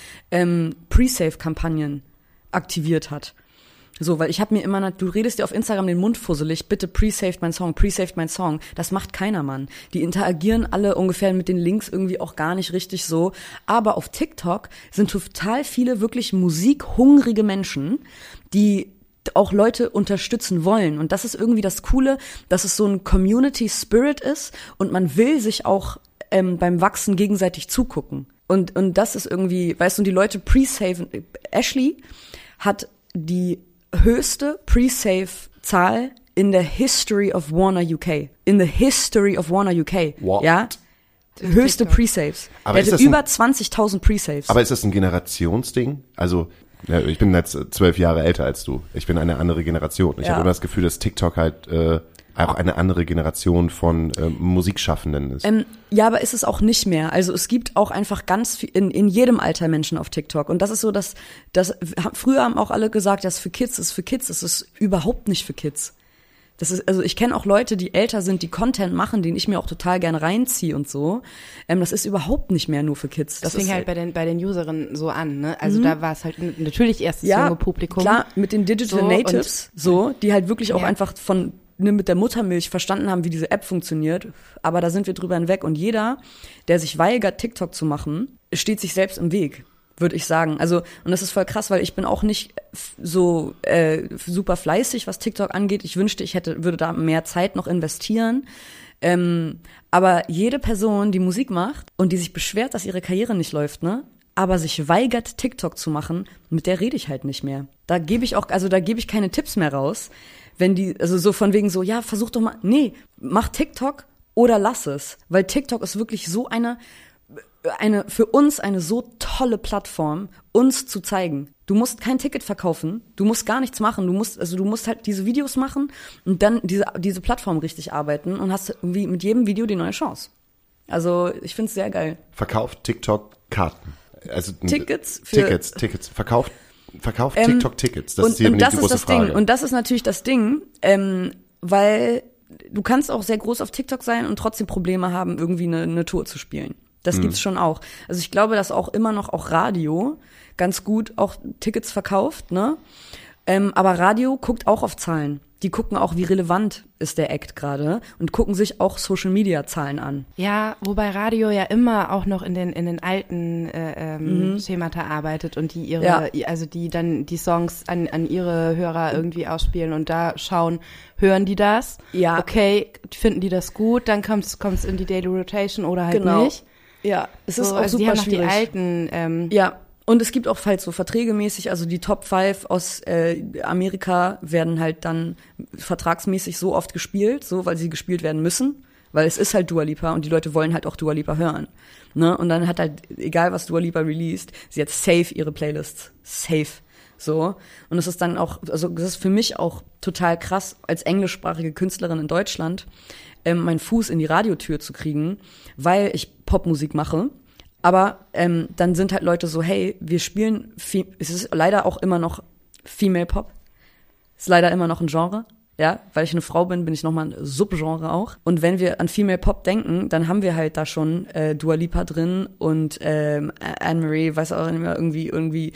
Pre-Save-Kampagnen aktiviert hat. So, weil ich habe mir immer, du redest dir auf Instagram den Mund fusselig, bitte pre-saved mein Song. Das macht keiner, Mann. Die interagieren alle ungefähr mit den Links irgendwie auch gar nicht richtig so. Aber auf TikTok sind total viele wirklich musikhungrige Menschen, die auch Leute unterstützen wollen. Und das ist irgendwie das Coole, dass es so ein Community-Spirit ist und man will sich auch beim Wachsen gegenseitig zugucken. Und das ist irgendwie, weißt du, die Leute pre-saven. Ashley hat die höchste Pre-Save-Zahl in der History of Warner UK. In the History of Warner UK.
What?
Ja? Höchste Pre-Saves.
Aber
er hatte über 20.000 Pre-Saves.
Aber ist das ein Generationsding? Also, ja, ich bin jetzt 12 Jahre älter als du. Ich bin eine andere Generation. Ich habe immer das Gefühl, dass TikTok halt auch eine andere Generation von Musikschaffenden ist.
Ja, aber ist es auch nicht mehr. Also es gibt auch einfach ganz viel, in jedem Alter Menschen auf TikTok. Und das ist so, dass früher haben auch alle gesagt, das ist für Kids, das ist überhaupt nicht für Kids. Das ist, also ich kenne auch Leute, die älter sind, die Content machen, den ich mir auch total gerne reinziehe und so. Das ist überhaupt nicht mehr nur für Kids.
Das fing halt bei den Userinnen so an, ne? Also da war es halt natürlich erst das junge Publikum.
Klar, mit den Digital Natives, die halt wirklich auch einfach mit der Muttermilch verstanden haben, wie diese App funktioniert. Aber da sind wir drüber hinweg. Und jeder, der sich weigert, TikTok zu machen, steht sich selbst im Weg, würde ich sagen. Also, und das ist voll krass, weil ich bin auch nicht so super fleißig, was TikTok angeht. Ich wünschte, würde da mehr Zeit noch investieren. Aber jede Person, die Musik macht und die sich beschwert, dass ihre Karriere nicht läuft, ne? Aber sich weigert, TikTok zu machen, mit der rede ich halt nicht mehr. Da gebe ich keine Tipps mehr raus. wenn die, also so von wegen so, ja, versuch doch mal, nee, mach TikTok oder lass es. Weil TikTok ist wirklich so eine für uns eine so tolle Plattform, uns zu zeigen. Du musst kein Ticket verkaufen, du musst gar nichts machen, du musst halt diese Videos machen und dann diese Plattform richtig arbeiten und hast irgendwie mit jedem Video die neue Chance. Also ich find's sehr geil.
Verkauft TikTok Karten. Also
Tickets.
Verkauft TikTok Tickets. Das ist hier die große Frage.
Ding. Und das ist natürlich das Ding, weil du kannst auch sehr groß auf TikTok sein und trotzdem Probleme haben, irgendwie eine Tour zu spielen. Das gibt's schon auch. Also ich glaube, dass auch immer noch auch Radio ganz gut auch Tickets verkauft, ne? Aber Radio guckt auch auf Zahlen. Die gucken auch, wie relevant ist der Act gerade und gucken sich auch Social-Media-Zahlen an.
Ja, wobei Radio ja immer auch noch in den alten Schemata arbeitet und die also die dann die Songs an ihre Hörer irgendwie ausspielen und da schauen, hören die das?
Ja.
Okay, finden die das gut? Dann kommt's in die Daily Rotation oder halt nicht.
Ja, es ist
so,
auch
also
super
die haben
schwierig.
Noch die alten.
Ja, und es gibt auch halt so verträgemäßig, also die Top 5 aus Amerika werden halt dann vertragsmäßig so oft gespielt, so weil sie gespielt werden müssen, weil es ist halt Dua Lipa und die Leute wollen halt auch Dua Lipa hören. Ne? Und dann hat halt, egal was Dua Lipa released, sie hat safe ihre Playlists. Safe. So. Und es ist dann auch, also das ist für mich auch total krass, als englischsprachige Künstlerin in Deutschland, meinen Fuß in die Radiotür zu kriegen, weil ich Popmusik mache. Aber dann sind halt Leute so, hey, wir spielen, es ist leider auch immer noch Female Pop. Ist leider immer noch ein Genre. Ja, weil ich eine Frau bin ich nochmal ein Subgenre auch. Und wenn wir an Female Pop denken, dann haben wir halt da schon Dua Lipa drin und Anne-Marie, weiß auch nicht mehr, irgendwie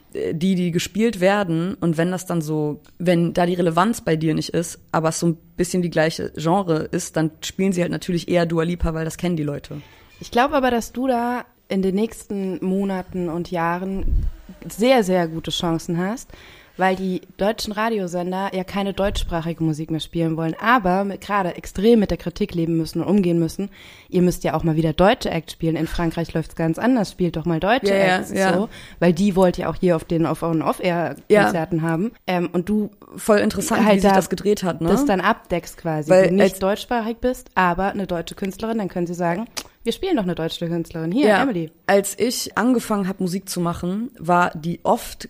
die gespielt werden. Und wenn das dann so, wenn da die Relevanz bei dir nicht ist, aber es so ein bisschen die gleiche Genre ist, dann spielen sie halt natürlich eher Dua Lipa, weil das kennen die Leute.
Ich glaube aber, dass du da in den nächsten Monaten und Jahren sehr, sehr gute Chancen hast, weil die deutschen Radiosender ja keine deutschsprachige Musik mehr spielen wollen, aber gerade extrem mit der Kritik leben müssen und umgehen müssen. Ihr müsst ja auch mal wieder deutsche Acts spielen. In Frankreich läuft's ganz anders. Spielt doch mal deutsche Acts, so, weil die wollt ihr auch hier auf Off-Air-Konzerten haben. Und du
voll interessant,
halt
wie sich das gedreht hat, ne?
Das dann abdeckst quasi.
Weil
du nicht deutschsprachig bist, aber eine deutsche Künstlerin, dann können sie sagen, wir spielen doch eine deutsche Künstlerin. Hier,
ja.
Emily.
Als ich angefangen habe, Musik zu machen, war die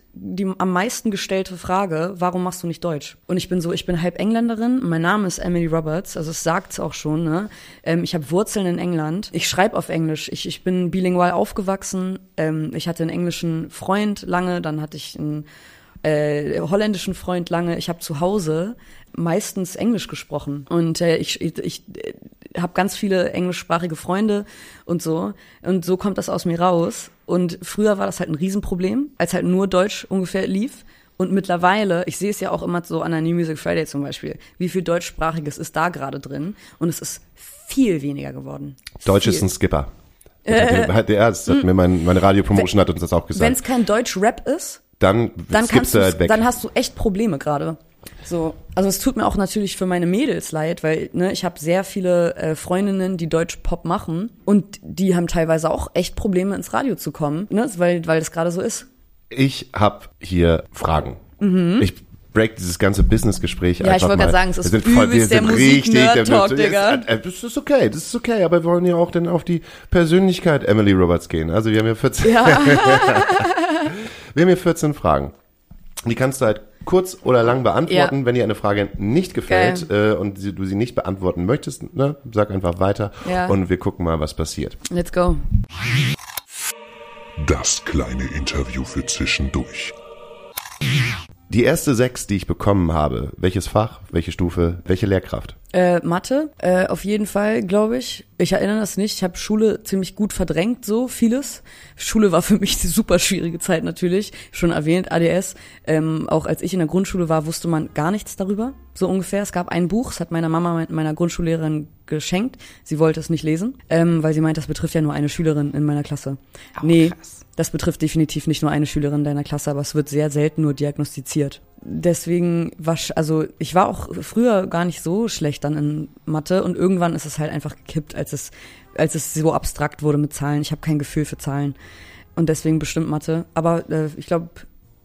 am meisten gestellte Frage, warum machst du nicht Deutsch? Und ich bin halb Engländerin, mein Name ist Emily Roberts, also es sagt's auch schon, ne? Ich habe Wurzeln in England, ich schreibe auf Englisch, ich bin bilingual aufgewachsen, ich hatte einen englischen Freund lange, dann hatte ich einen holländischen Freund lange, ich habe zu Hause meistens Englisch gesprochen und ich habe ganz viele englischsprachige Freunde und so kommt das aus mir raus und früher war das halt ein Riesenproblem, als halt nur Deutsch ungefähr lief und mittlerweile, ich sehe es ja auch immer so an der New Music Friday zum Beispiel, wie viel Deutschsprachiges ist da gerade drin und es ist viel weniger geworden.
Deutsch ist ein Skipper. Das hat mir meine Radiopromotion hat uns das auch gesagt.
Wenn es kein Deutsch-Rap ist, dann hast du echt Probleme gerade. So, also es tut mir auch natürlich für meine Mädels leid, weil ich habe sehr viele Freundinnen, die Deutsch-Pop machen und die haben teilweise auch echt Probleme ins Radio zu kommen, weil das gerade so ist.
Ich habe hier Fragen. Ich break dieses ganze Business-Gespräch einfach mal.
Ja, ich wollte gerade sagen, es ist übelst der Musik-Nerd-Talk, Digga.
Das ist okay, aber wir wollen ja auch dann auf die Persönlichkeit Emily Roberts gehen. Also wir haben ja 14 wir haben hier 14 Fragen. Die kannst du halt kurz oder lang beantworten. Wenn dir eine Frage nicht gefällt und du sie nicht beantworten möchtest, sag einfach weiter und wir gucken mal, was passiert.
Let's go.
Das kleine Interview für zwischendurch.
Die erste 6, die ich bekommen habe, welches Fach, welche Stufe, welche Lehrkraft?
Mathe, auf jeden Fall, glaube ich. Ich erinnere das nicht. Ich habe Schule ziemlich gut verdrängt, so vieles. Schule war für mich eine super schwierige Zeit natürlich. Schon erwähnt, ADS. Auch als ich in der Grundschule war, wusste man gar nichts darüber, so ungefähr. Es gab ein Buch, das hat meine Mama meiner Grundschullehrerin geschenkt. Sie wollte es nicht lesen, weil sie meint, das betrifft ja nur eine Schülerin in meiner Klasse. Krass. Das betrifft definitiv nicht nur eine Schülerin deiner Klasse, aber es wird sehr selten nur diagnostiziert. Deswegen ich war auch früher gar nicht so schlecht dann in Mathe und irgendwann ist es halt einfach gekippt, als es so abstrakt wurde mit Zahlen. Ich habe kein Gefühl für Zahlen und deswegen bestimmt Mathe. Aber ich glaube,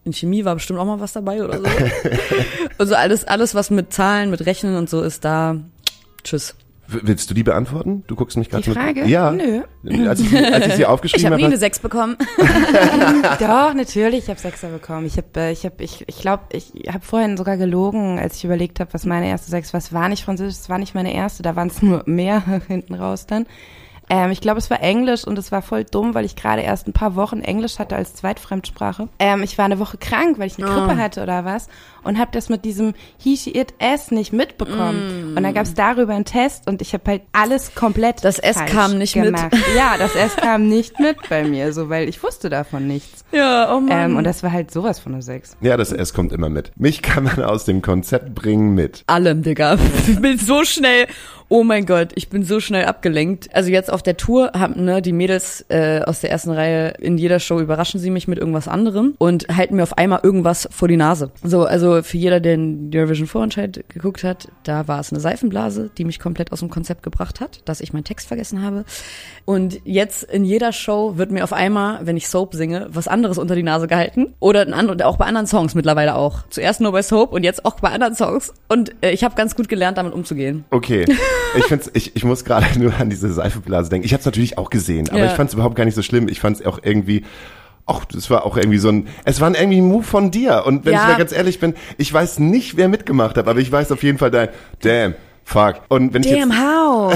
In Chemie war bestimmt auch mal was dabei oder so. Also alles, was mit Zahlen, mit Rechnen und so ist da. Tschüss.
Willst du die beantworten? Du guckst mich gerade
Die Frage?
Ja.
Nö.
Als ich sie aufgeschrieben
Ich habe nie
habe.
eine 6 bekommen.
Doch, natürlich, ich habe Sechser bekommen. Ich glaube, ich habe vorhin sogar gelogen, als ich überlegt habe, was meine erste Sechs war. Es war nicht Französisch, es war nicht meine erste, da waren es nur mehr hinten raus dann. Ich glaube, es war Englisch und es war voll dumm, weil ich gerade erst ein paar Wochen Englisch hatte als Zweitfremdsprache. Ich war eine Woche krank, weil ich eine Grippe hatte oder was und habe das mit diesem he, she, it, s nicht mitbekommen. Und dann gab es darüber einen Test und ich habe halt alles komplett
Das S
falsch
kam nicht
gemacht.
mit.
Ja, das S kam nicht mit bei mir, so weil ich wusste davon nichts.
Ja, oh Mann.
Und das war halt sowas von einer 6.
Ja, das S kommt immer mit. Mich kann man aus dem Konzept bringen mit.
Allem, Digga. Ich bin so schnell, oh mein Gott, ich bin so schnell abgelenkt. Also jetzt auf der Tour haben die Mädels aus der ersten Reihe in jeder Show überraschen sie mich mit irgendwas anderem und halten mir auf einmal irgendwas vor die Nase. So, also für jeder, der den Eurovision Vorentscheid geguckt hat, da war es eine Seifenblase, die mich komplett aus dem Konzept gebracht hat, dass ich meinen Text vergessen habe. Und jetzt in jeder Show wird mir auf einmal, wenn ich Soap singe, was anderes unter die Nase gehalten. Oder auch bei anderen Songs mittlerweile auch. Zuerst nur bei Soap und jetzt auch bei anderen Songs. Und ich habe ganz gut gelernt, damit umzugehen.
Okay. Ich muss gerade nur an diese Seifenblase denken. Ich habe es natürlich auch gesehen, aber ich fand es überhaupt gar nicht so schlimm. Ich fand es auch irgendwie, das war auch irgendwie es war irgendwie ein Move von dir. Und wenn ich mal ganz ehrlich bin, ich weiß nicht, wer mitgemacht hat, aber ich weiß auf jeden Fall damn, fuck. Und wenn
How?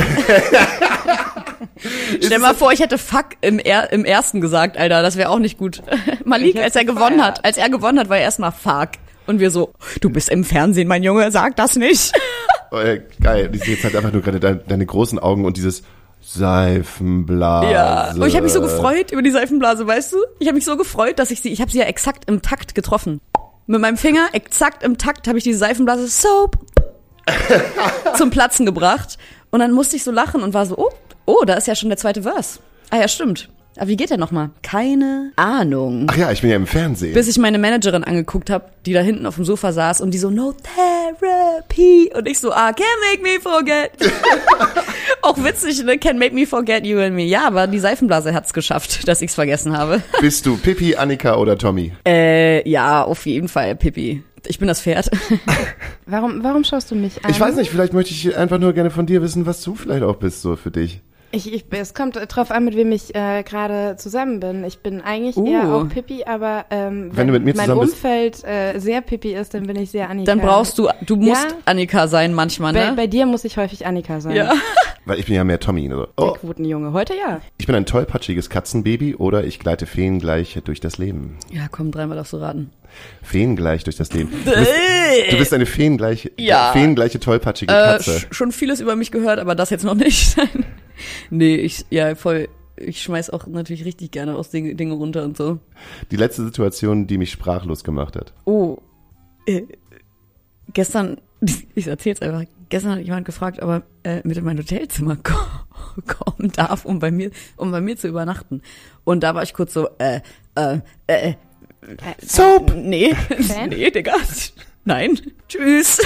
Stell mal vor, ich hätte fuck im ersten gesagt, Alter, das wäre auch nicht gut. Malik, als er gewonnen hat, war er erstmal fuck. Und wir so, du bist im Fernsehen, mein Junge, sag das nicht.
Geil, ich sehe jetzt halt einfach nur gerade deine großen Augen und dieses Seifenblase.
Ja, und ich habe mich so gefreut über die Seifenblase, weißt du? Ich habe mich so gefreut, dass ich habe sie ja exakt im Takt getroffen. Mit meinem Finger, exakt im Takt, habe ich diese Seifenblase Soap zum Platzen gebracht. Und dann musste ich so lachen und war so, oh, da ist ja schon der zweite Verse. Ah ja, stimmt. Aber wie geht der nochmal? Keine Ahnung.
Ach ja, ich bin ja im Fernsehen.
Bis ich meine Managerin angeguckt habe, die da hinten auf dem Sofa saß und die so, no therapy. Und ich so, can't make me forget. Auch witzig, ne? Can't make me forget you and me. Ja, aber die Seifenblase hat's geschafft, dass ich's vergessen habe.
Bist du Pippi, Annika oder Tommy?
Ja, auf jeden Fall Pippi. Ich bin das Pferd.
Warum schaust du mich an?
Ich weiß nicht, vielleicht möchte ich einfach nur gerne von dir wissen, was du vielleicht auch bist, so für dich.
Es kommt drauf an, mit wem ich gerade zusammen bin. Ich bin eigentlich eher auch Pippi, aber wenn
du mit mir
mein
zusammen
Umfeld sehr Pippi ist, dann bin ich sehr Annika.
Dann brauchst du musst Annika sein manchmal, ne?
Bei dir muss ich häufig Annika sein.
Ja.
Weil ich bin ja mehr Tommy. Ne?
Der Quotenjunge. Heute ja.
Ich bin ein tollpatschiges Katzenbaby oder ich gleite feengleich durch das Leben.
Ja, komm, dreimal darfst du raten.
Feengleich durch das Leben. Du bist eine feengleiche tollpatschige Katze.
Schon vieles über mich gehört, aber das jetzt noch nicht. Nee, ich schmeiß auch natürlich richtig gerne aus Dinge runter und so.
Die letzte Situation, die mich sprachlos gemacht hat.
Oh, gestern, ich erzähl's einfach, gestern hat jemand gefragt, ob er mit in mein Hotelzimmer kommen darf, um bei mir zu übernachten. Und da war ich kurz so,
Soap!
Nee, Digga. Nein, tschüss.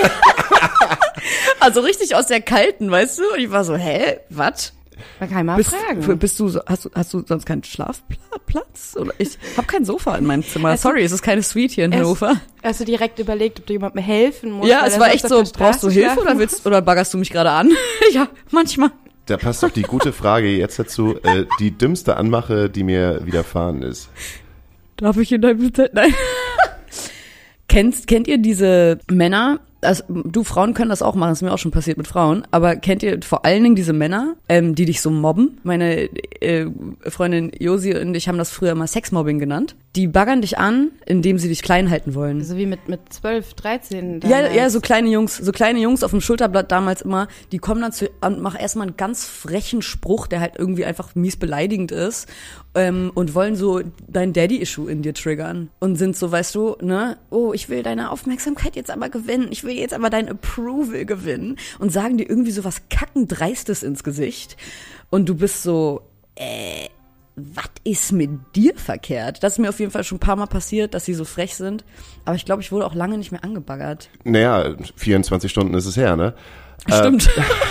Also richtig aus der Kalten, weißt du? Und ich war so, was?
Man kann mal fragen.
Hast du sonst keinen Schlafplatz? Oder ich habe kein Sofa in meinem Zimmer. Sorry, es ist keine Suite hier in Hannover.
Hast du direkt überlegt, ob du jemandem helfen musst?
Ja, es war echt so, brauchst du Hilfe oder baggerst du mich gerade an? Ja, manchmal.
Da passt doch die gute Frage jetzt dazu. Die dümmste Anmache, die mir widerfahren ist.
Darf ich in deinem Zelt? Nein. Kennt ihr diese Männer? Also, du, Frauen können das auch machen, das ist mir auch schon passiert mit Frauen, aber kennt ihr vor allen Dingen diese Männer, die dich so mobben? Meine Freundin Josi und ich haben das früher mal Sexmobbing genannt. Die baggern dich an, indem sie dich klein halten wollen.
So wie mit 12, 13.
Ja, so kleine Jungs auf dem Schulterblatt damals immer, die kommen dann und machen erstmal einen ganz frechen Spruch, der halt irgendwie einfach mies beleidigend ist, und wollen so dein Daddy-Issue in dir triggern und sind so, weißt du, ne, oh, ich will deine Aufmerksamkeit jetzt aber gewinnen, ich will jetzt aber dein Approval gewinnen und sagen dir irgendwie so was kackendreistes ins Gesicht und du bist so, was ist mit dir verkehrt? Das ist mir auf jeden Fall schon ein paar Mal passiert, dass sie so frech sind, aber ich glaube, ich wurde auch lange nicht mehr angebaggert.
Naja, 24 Stunden ist es her, ne?
Stimmt.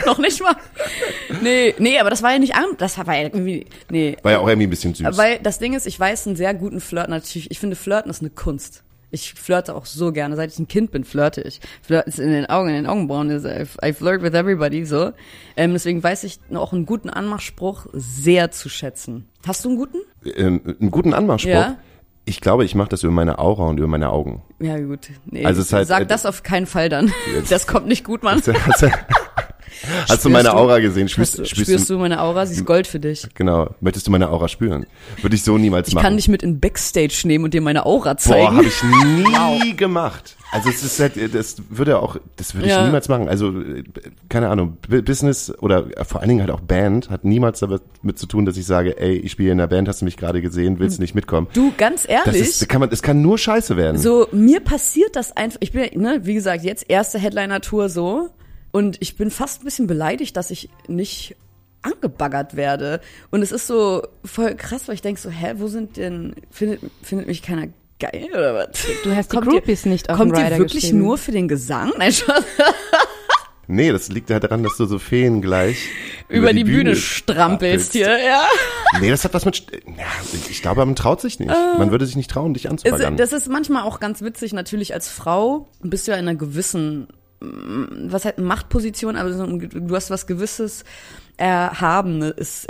noch nicht mal. Nee, aber das war ja nicht das war ja irgendwie, nee.
War ja auch irgendwie ein bisschen süß.
Weil das Ding ist, ich weiß einen sehr guten Flirt natürlich. Ich finde, Flirten ist eine Kunst. Ich flirte auch so gerne. Seit ich ein Kind bin, flirte ich. Flirten ist in den Augenbrauen. I flirt with everybody, so. Deswegen weiß ich auch einen guten Anmachspruch sehr zu schätzen. Hast du einen guten?
Einen guten Anmachspruch?
Ja.
Ich glaube, ich mache das über meine Aura und über meine Augen.
Ja, gut. Nee,
also es ist halt,
sag das auf keinen Fall dann. Das kommt nicht gut, Mann.
Hast du meine Aura gesehen?
Spürst du meine Aura? Sie ist Gold für dich.
Genau. Möchtest du meine Aura spüren? Würde ich so niemals machen.
Ich kann dich mit in Backstage nehmen und dir meine Aura zeigen.
Boah, habe ich nie gemacht. Also es ist halt, das würde ich niemals machen. Also keine Ahnung, Business oder vor allen Dingen halt auch Band hat niemals damit zu tun, dass ich sage, ey, ich spiele in der Band, hast du mich gerade gesehen, willst du nicht mitkommen?
Du, ganz ehrlich.
Es kann nur scheiße werden.
So, mir passiert das einfach. Ich bin, wie gesagt, jetzt erste Headliner-Tour so. Und ich bin fast ein bisschen beleidigt, dass ich nicht angebaggert werde. Und es ist so voll krass, weil ich denke so, wo sind denn, findet mich keiner geil oder was?
Du hast die Groupies nicht auf dem Rider
Kommt ihr wirklich
geschrieben.
nur für den Gesang? Nein, Spaß.
Nee, das liegt halt daran, dass du so feengleich
über die Bühne strampelst hier, ja.
Nee, das hat was mit, ich glaube, man traut sich nicht. Man würde sich nicht trauen, dich anzubaggern.
Das ist manchmal auch ganz witzig, natürlich als Frau bist du ja in einer gewissen, was halt Machtposition, aber du hast was Gewisses Erhabenes,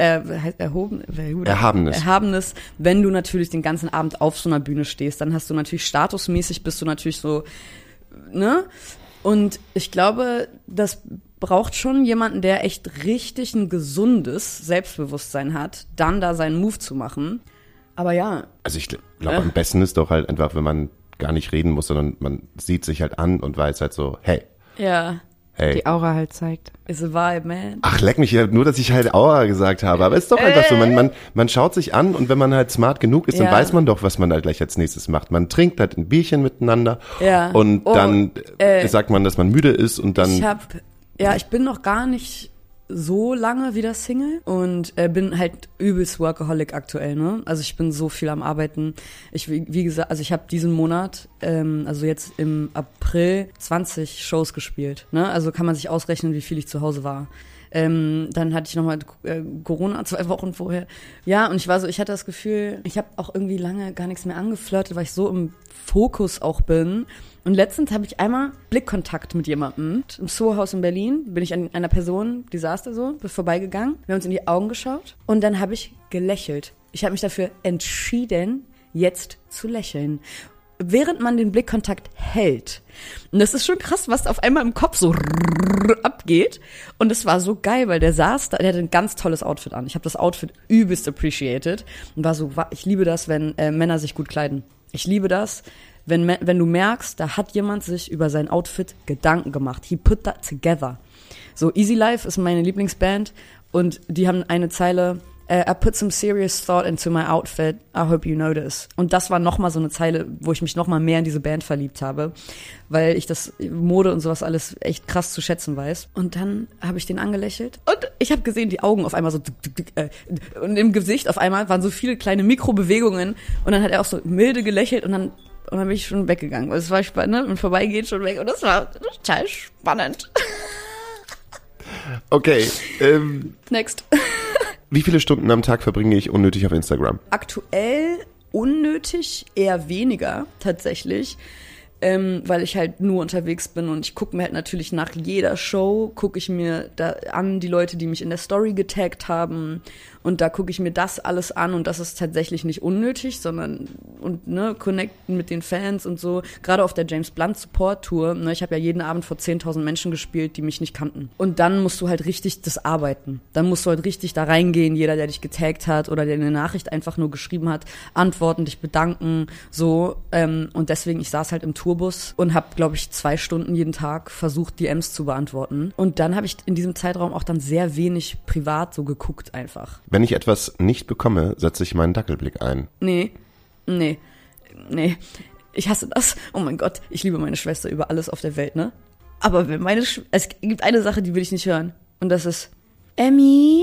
wenn du natürlich den ganzen Abend auf so einer Bühne stehst, dann hast du natürlich statusmäßig, bist du natürlich so, ne? Und ich glaube, das braucht schon jemanden, der echt richtig ein gesundes Selbstbewusstsein hat, dann da seinen Move zu machen. Aber ja.
Also ich glaube, am besten ist doch halt einfach, wenn man gar nicht reden muss, sondern man sieht sich halt an und weiß halt so, hey.
Ja.
Hey.
Die Aura halt zeigt.
It's a vibe, man.
Ach, leck mich, nur dass ich halt Aura gesagt habe. Aber es ist doch einfach so, man schaut sich an und wenn man halt smart genug ist, dann weiß man doch, was man da gleich als nächstes macht. Man trinkt halt ein Bierchen miteinander und dann sagt man, dass man müde ist und dann...
Ich bin noch gar nicht so lange wieder Single und bin halt übelst Workaholic aktuell, ne? Also ich bin so viel am Arbeiten. Wie gesagt, also ich habe diesen Monat, also jetzt im April 20 Shows gespielt, ne? Also kann man sich ausrechnen, wie viel ich zu Hause war. Dann hatte ich nochmal Corona 2 Wochen vorher. Ja, und ich hatte das Gefühl, ich habe auch irgendwie lange gar nichts mehr angeflirtet, weil ich so im Fokus auch bin. Und letztens habe ich einmal Blickkontakt mit jemandem im Soho-Haus in Berlin. Bin ich an einer Person, die saß da so, bin vorbeigegangen. Wir haben uns in die Augen geschaut und dann habe ich gelächelt. Ich habe mich dafür entschieden, jetzt zu lächeln. Während man den Blickkontakt hält. Und das ist schon krass, was auf einmal im Kopf so abgeht. Und es war so geil, weil der saß da, der hatte ein ganz tolles Outfit an. Ich habe das Outfit übelst appreciated und war so, ich liebe das, wenn Männer sich gut kleiden. Ich liebe das, wenn du merkst, da hat jemand sich über sein Outfit Gedanken gemacht. He put that together. So, Easy Life ist meine Lieblingsband und die haben eine Zeile, I put some serious thought into my outfit, I hope you notice. Und das war nochmal so eine Zeile, wo ich mich nochmal mehr in diese Band verliebt habe, weil ich das Mode und sowas alles echt krass zu schätzen weiß. Und dann habe ich den angelächelt und ich habe gesehen, die Augen auf einmal so und im Gesicht auf einmal waren so viele kleine Mikrobewegungen und dann hat er auch so milde gelächelt und dann bin ich schon weggegangen. Es war spannend und vorbeigeht schon weg und das war total spannend.
Okay.
Next.
Wie viele Stunden am Tag verbringe ich unnötig auf Instagram?
Aktuell unnötig, eher weniger tatsächlich, weil ich halt nur unterwegs bin und ich gucke mir halt natürlich nach jeder Show, gucke ich mir da an die Leute, die mich in der Story getaggt haben und da gucke ich mir das alles an und das ist tatsächlich nicht unnötig, sondern connecten mit den Fans und so. Gerade auf der James Blunt Support Tour, ich habe ja jeden Abend vor 10.000 Menschen gespielt, die mich nicht kannten. Und dann musst du halt richtig das arbeiten. Dann musst du halt richtig da reingehen, jeder, der dich getaggt hat oder der eine Nachricht einfach nur geschrieben hat, antworten, dich bedanken, so. Und deswegen, ich saß halt im Tourbus und habe, glaube ich, 2 Stunden jeden Tag versucht, DMs zu beantworten. Und dann habe ich in diesem Zeitraum auch dann sehr wenig privat so geguckt einfach.
Wenn ich etwas nicht bekomme, setze ich meinen Dackelblick ein.
Nee. Ich hasse das. Oh mein Gott, ich liebe meine Schwester über alles auf der Welt, ne? Aber wenn es gibt eine Sache, die will ich nicht hören. Und das ist, Emmy?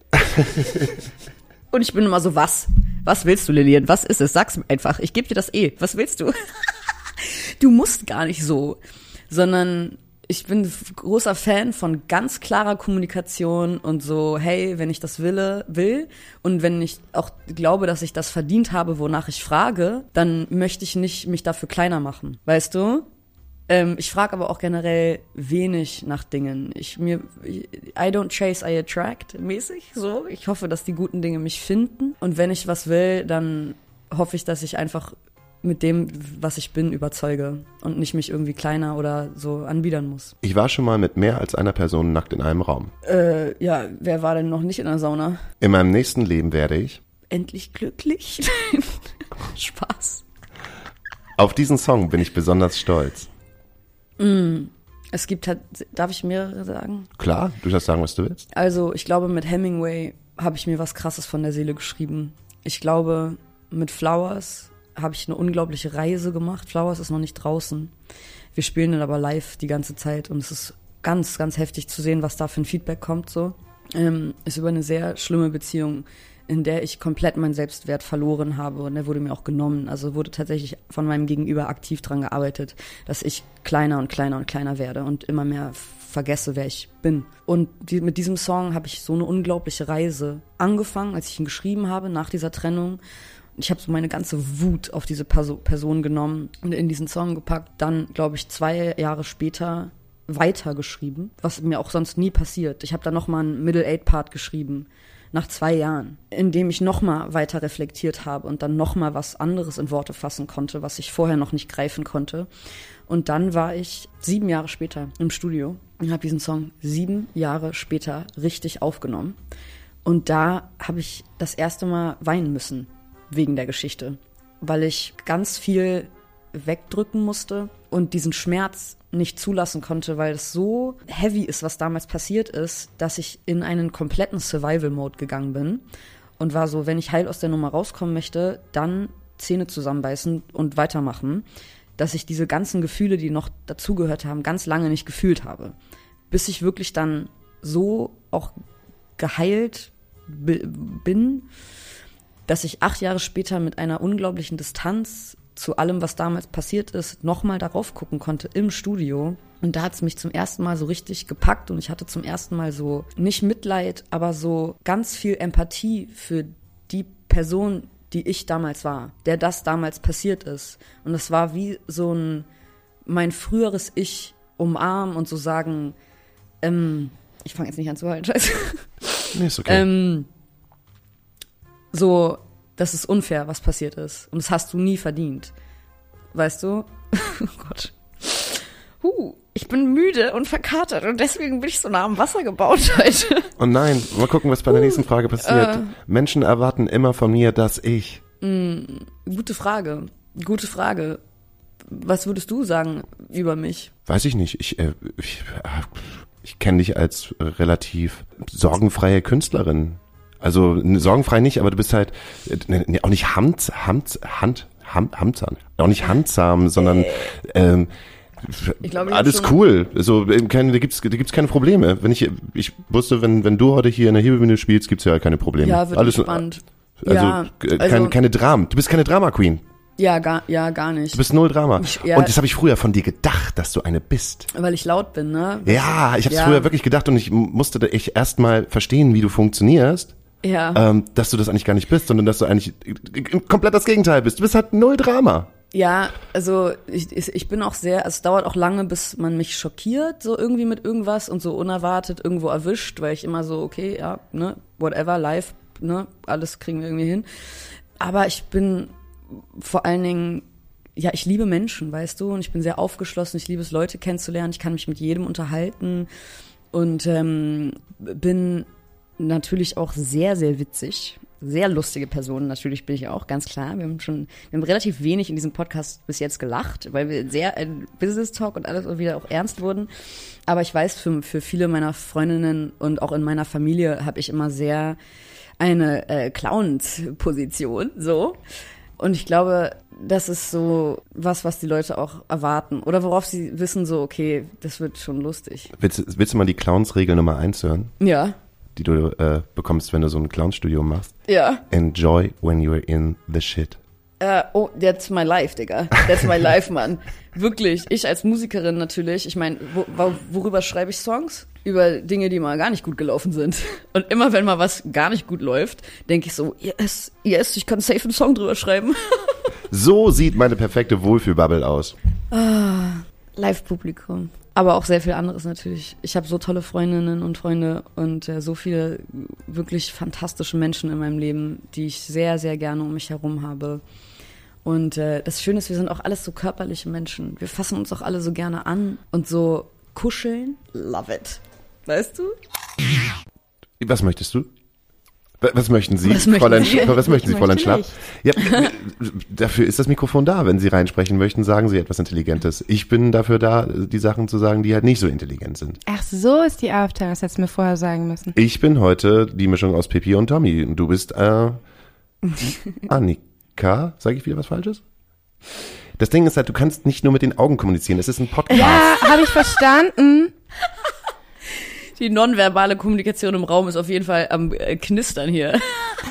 Und ich bin immer so, was? Was willst du, Lilian? Was ist es? Sag's mir einfach. Ich gebe dir das Was willst du? Du musst gar nicht so. Sondern ich bin großer Fan von ganz klarer Kommunikation und so, hey, wenn ich das will und wenn ich auch glaube, dass ich das verdient habe, wonach ich frage, dann möchte ich nicht mich dafür kleiner machen, weißt du? Ich frage aber auch generell wenig nach Dingen. I don't chase, I attract mäßig, so. Ich hoffe, dass die guten Dinge mich finden und wenn ich was will, dann hoffe ich, dass ich einfach mit dem, was ich bin, überzeuge und nicht mich irgendwie kleiner oder so anbiedern muss.
Ich war schon mal mit mehr als einer Person nackt in einem Raum.
Ja, wer war denn noch nicht in der Sauna?
In meinem nächsten Leben werde ich
Endlich glücklich. Spaß.
Auf diesen Song bin ich besonders stolz.
Es gibt halt, darf ich mehrere sagen?
Klar, du darfst sagen, was du willst.
Also, ich glaube, mit Hemingway habe ich mir was Krasses von der Seele geschrieben. Ich glaube, mit Flowers habe ich eine unglaubliche Reise gemacht. Flowers ist noch nicht draußen. Wir spielen dann aber live die ganze Zeit und es ist ganz, ganz heftig zu sehen, was da für ein Feedback kommt. So. Ist über eine sehr schlimme Beziehung, in der ich komplett meinen Selbstwert verloren habe und der wurde mir auch genommen. Also wurde tatsächlich von meinem Gegenüber aktiv dran gearbeitet, dass ich kleiner und kleiner und kleiner werde und immer mehr vergesse, wer ich bin. Und mit diesem Song habe ich so eine unglaubliche Reise angefangen, als ich ihn geschrieben habe, nach dieser Trennung. Ich habe so meine ganze Wut auf diese Person genommen und in diesen Song gepackt. Dann, glaube ich, 2 Jahre später weitergeschrieben, was mir auch sonst nie passiert. Ich habe dann nochmal einen Middle-8-Part geschrieben, nach 2 Jahren, in dem ich nochmal weiter reflektiert habe und dann nochmal was anderes in Worte fassen konnte, was ich vorher noch nicht greifen konnte. Und dann war ich 7 Jahre später im Studio und habe diesen Song 7 Jahre später richtig aufgenommen. Und da habe ich das erste Mal weinen müssen. Wegen der Geschichte, weil ich ganz viel wegdrücken musste und diesen Schmerz nicht zulassen konnte, weil es so heavy ist, was damals passiert ist, dass ich in einen kompletten Survival-Mode gegangen bin und war so, wenn ich heil aus der Nummer rauskommen möchte, dann Zähne zusammenbeißen und weitermachen, dass ich diese ganzen Gefühle, die noch dazugehört haben, ganz lange nicht gefühlt habe, bis ich wirklich dann so auch geheilt bin, dass ich 8 Jahre später mit einer unglaublichen Distanz zu allem, was damals passiert ist, nochmal darauf gucken konnte im Studio. Und da hat es mich zum ersten Mal so richtig gepackt und ich hatte zum ersten Mal so, nicht Mitleid, aber so ganz viel Empathie für die Person, die ich damals war, der das damals passiert ist. Und es war wie so mein früheres Ich umarmen und so sagen, ich fange jetzt nicht an zu heulen, scheiße.
Nee, ist okay.
So, das ist unfair, was passiert ist. Und das hast du nie verdient. Weißt du? Oh Gott. Ich bin müde und verkatert und deswegen bin ich so nah am Wasser gebaut heute.
Und nein, mal gucken, was bei der nächsten Frage passiert. Menschen erwarten immer von mir, dass ich...
Gute Frage. Was würdest du sagen über mich?
Weiß ich nicht. Ich kenne dich als relativ sorgenfreie Künstlerin. Also sorgenfrei nicht, aber du bist halt auch nicht auch nicht handsam, sondern
ich glaube,
alles cool. Also da gibt's keine Probleme. Ich wusste, wenn du heute hier in der Hebebühne spielst, gibt's ja keine Probleme.
Ja, wird alles spannend.
Keine Dramen. Du bist keine Drama Queen.
Ja, gar nicht.
Du bist null Drama. Und das habe ich früher von dir gedacht, dass du eine bist.
Weil ich laut bin, ne?
Ja, ich habe es früher wirklich gedacht und ich musste erst mal verstehen, wie du funktionierst.
Ja.
Dass du das eigentlich gar nicht bist, sondern dass du eigentlich komplett das Gegenteil bist. Du bist halt null Drama.
Ja, also ich bin auch sehr, es dauert auch lange, bis man mich schockiert, so irgendwie mit irgendwas und so unerwartet irgendwo erwischt, weil ich immer so, okay, ja, ne, whatever, live, ne, alles kriegen wir irgendwie hin. Aber ich bin vor allen Dingen, ja, ich liebe Menschen, weißt du, und ich bin sehr aufgeschlossen, ich liebe es, Leute kennenzulernen, ich kann mich mit jedem unterhalten und bin natürlich auch sehr, sehr witzig. Sehr lustige Person, natürlich bin ich auch, ganz klar. Wir haben relativ wenig in diesem Podcast bis jetzt gelacht, weil wir sehr Business Talk und alles wieder auch ernst wurden. Aber ich weiß, für viele meiner Freundinnen und auch in meiner Familie habe ich immer sehr eine Clowns-Position, so. Und ich glaube, das ist so was die Leute auch erwarten. Oder worauf sie wissen, so, okay, das wird schon lustig.
Willst du mal die Clowns-Regel Nummer 1 hören?
Ja.
Die du bekommst, wenn du so ein Clownstudio machst.
Ja.
Enjoy when you're in the shit.
Oh, that's my life, Digga. That's my life, Mann. Wirklich. Ich als Musikerin natürlich. Ich meine, worüber schreibe ich Songs? Über Dinge, die mal gar nicht gut gelaufen sind. Und immer wenn mal was gar nicht gut läuft, denke ich so, yes, ich kann safe einen Song drüber schreiben.
So sieht meine perfekte Wohlfühlbubble aus.
Live-Publikum. Aber auch sehr viel anderes natürlich. Ich habe so tolle Freundinnen und Freunde und so viele wirklich fantastische Menschen in meinem Leben, die ich sehr, sehr gerne um mich herum habe. Und das Schöne ist, wir sind auch alles so körperliche Menschen. Wir fassen uns auch alle so gerne an und so kuscheln. Love it. Weißt du?
Was möchtest du? Was möchten Sie,
Was möchten Sie?
Was möchten Sie, Fräulein Schlapp?
nicht.
Ja, dafür ist das Mikrofon da. Wenn Sie reinsprechen möchten, sagen Sie etwas Intelligentes. Ich bin dafür da, die Sachen zu sagen, die halt nicht so intelligent sind.
Ach, so ist die Aufteilung. Das hättest du mir vorher sagen müssen.
Ich bin heute die Mischung aus Pippi und Tommy. Und du bist Annika. Sage ich wieder was Falsches? Das Ding ist halt, du kannst nicht nur mit den Augen kommunizieren. Es ist ein Podcast.
Ja, habe ich verstanden.
Die nonverbale Kommunikation im Raum ist auf jeden Fall am Knistern hier.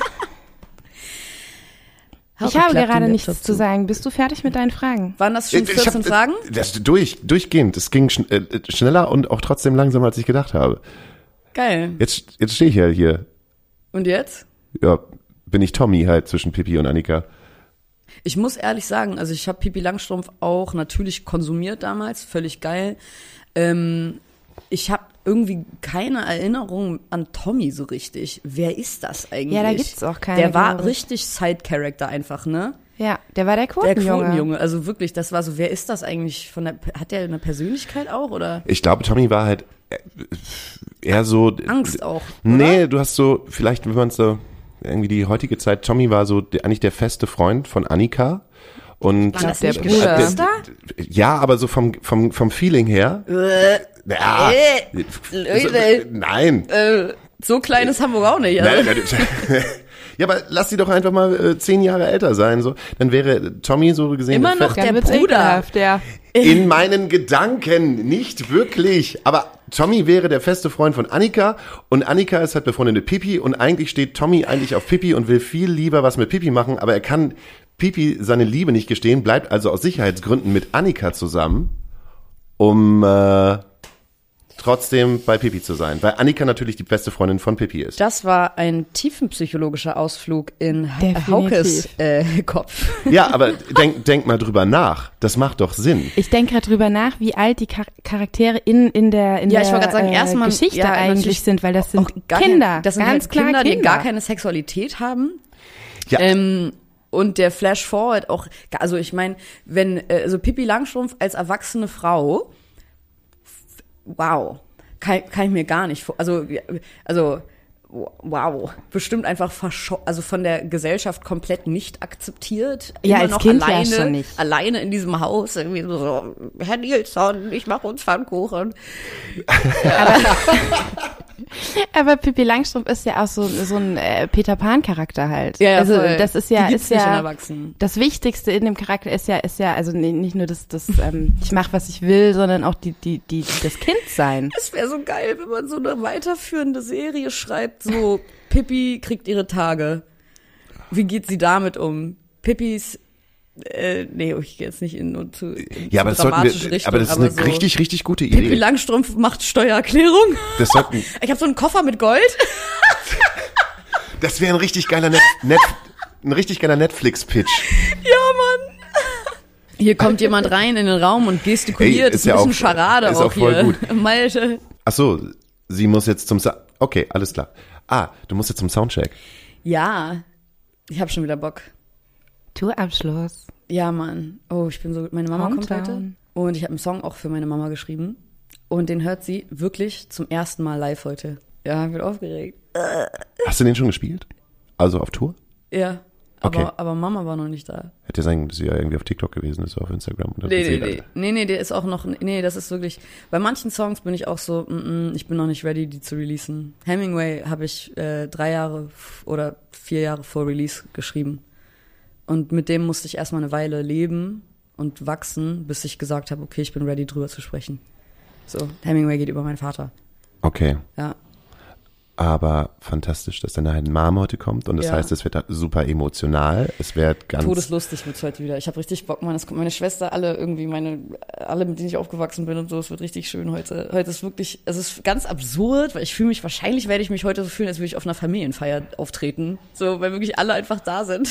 Ich habe gerade nichts zu sagen. Bist du fertig mit deinen Fragen?
Waren das schon 14 Fragen?
Das durchgehend. Es ging schneller und auch trotzdem langsamer, als ich gedacht habe.
Geil.
Jetzt stehe ich ja hier.
Und jetzt?
Ja, bin ich Tommy halt zwischen Pippi und Annika.
Ich muss ehrlich sagen, also ich habe Pippi Langstrumpf auch natürlich konsumiert damals, völlig geil. Ich habe irgendwie keine Erinnerung an Tommy so richtig. Wer ist das eigentlich?
Ja, da gibt's auch keine.
Der war richtig Side-Character einfach, ne?
Ja, der war der Quotenjunge.
Der Quotenjunge, also wirklich, das war so, wer ist das eigentlich? Hat der eine Persönlichkeit auch, oder?
Ich glaube, Tommy war halt eher so...
Angst auch, oder?
Nee, du hast so, vielleicht, wenn man so, irgendwie die heutige Zeit, Tommy war so eigentlich der feste Freund von Annika. Und
War das
der
nicht
Bruder.
Geschwister?
ja, aber so vom Feeling her. Ja,
Leute.
nein.
So klein ist Hamburg auch nicht. Also.
Nein. Ja, aber lass sie doch einfach mal 10 Jahre älter sein, so. Dann wäre Tommy so gesehen
Immer noch
Dann
der
wird's
Bruder.
ekelhaft, ja.
in meinen Gedanken, nicht wirklich. Aber Tommy wäre der feste Freund von Annika und Annika ist halt befreundet mit Pippi und eigentlich steht Tommy eigentlich auf Pippi und will viel lieber was mit Pippi machen, aber er kann Pippi seine Liebe nicht gestehen, bleibt also aus Sicherheitsgründen mit Annika zusammen, um trotzdem bei Pippi zu sein, weil Annika natürlich die beste Freundin von Pippi ist.
Das war ein tiefenpsychologischer Ausflug in
Definitiv.
Haukes Kopf.
Ja, aber denk mal drüber nach. Das macht doch Sinn.
Ich denke gerade drüber nach, wie alt die Charaktere in der
Ja, ich wollte gerade sagen, erstmal
Geschichte
ja,
eigentlich
natürlich
sind, weil das sind
auch
Kinder.
Das sind
ganz
halt
klar
Kinder, die
Kinder.
gar keine Sexualität haben.
Ja.
Und der Flash Forward auch, also ich meine, wenn so Pippi Langstrumpf als erwachsene Frau, wow, kann ich mir gar nicht vor, also wow, bestimmt einfach also von der Gesellschaft komplett nicht akzeptiert.
Ja,
Immer
als
noch
Kind ja schon nicht.
alleine in diesem Haus, irgendwie so, Herr Nilsson, ich mache uns Pfannkuchen.
Aber Pippi Langstrumpf ist ja auch so ein Peter Pan-Charakter halt.
Ja,
also
voll.
das ist
Die
ja,
gibt's nicht in Erwachsenen.
das Wichtigste in dem Charakter ist ja, also nicht nur das ich mache, was ich will, sondern auch das Kindsein.
Es wäre so geil, wenn man so eine weiterführende Serie schreibt, so Pippi kriegt ihre Tage. Wie geht sie damit um? Pippis, nee, ich gehe jetzt nicht in
Ja, aber das sollten
dramatische
wir,
Richtung.
aber das ist eine
so,
richtig gute
Pippi
Idee.
Langstrumpf macht Steuererklärung.
Das sollten,
Ich habe so einen Koffer mit Gold.
das wäre ein richtig geiler Netflix-Pitch.
Ja, Mann. Hier kommt jemand rein in den Raum und gestikuliert.
Ey,
ist ein bisschen Scharade
ist
auch
auch voll
hier.
gut.
Malte.
Ach so, sie muss jetzt okay, alles klar. Du musst jetzt zum Soundcheck.
Ja, ich habe schon wieder Bock.
Tourabschluss.
Ja, Mann. Oh, meine Mama kommt heute.
Hometown.
Und ich habe einen Song auch für meine Mama geschrieben. Und den hört sie wirklich zum ersten Mal live heute. Ja, ich bin aufgeregt.
Hast du den schon gespielt? Also auf Tour?
Ja,
Okay.
aber Mama war noch nicht da.
Hätte ja sein können, dass sie ja irgendwie auf TikTok gewesen ist, auf Instagram. Oder
Nee, der ist auch noch, das ist wirklich, bei manchen Songs bin ich auch so, ich bin noch nicht ready, die zu releasen. Hemingway habe ich 3 Jahre oder 4 Jahre vor Release geschrieben. Und mit dem musste ich erstmal eine Weile leben und wachsen, bis ich gesagt habe, okay, ich bin ready, drüber zu sprechen. So, Hemingway geht über meinen Vater.
Okay.
Ja.
Aber fantastisch, dass deine Mom heute kommt. Und das heißt, es wird super emotional. Es wird ganz...
Todeslustig wird's heute wieder. Ich habe richtig Bock, Mann. Es kommt meine Schwester, alle, mit denen ich aufgewachsen bin und so. Es wird richtig schön heute. Heute ist wirklich, es ist ganz absurd, weil wahrscheinlich werde ich mich heute so fühlen, als würde ich auf einer Familienfeier auftreten. So, weil wirklich alle einfach da sind.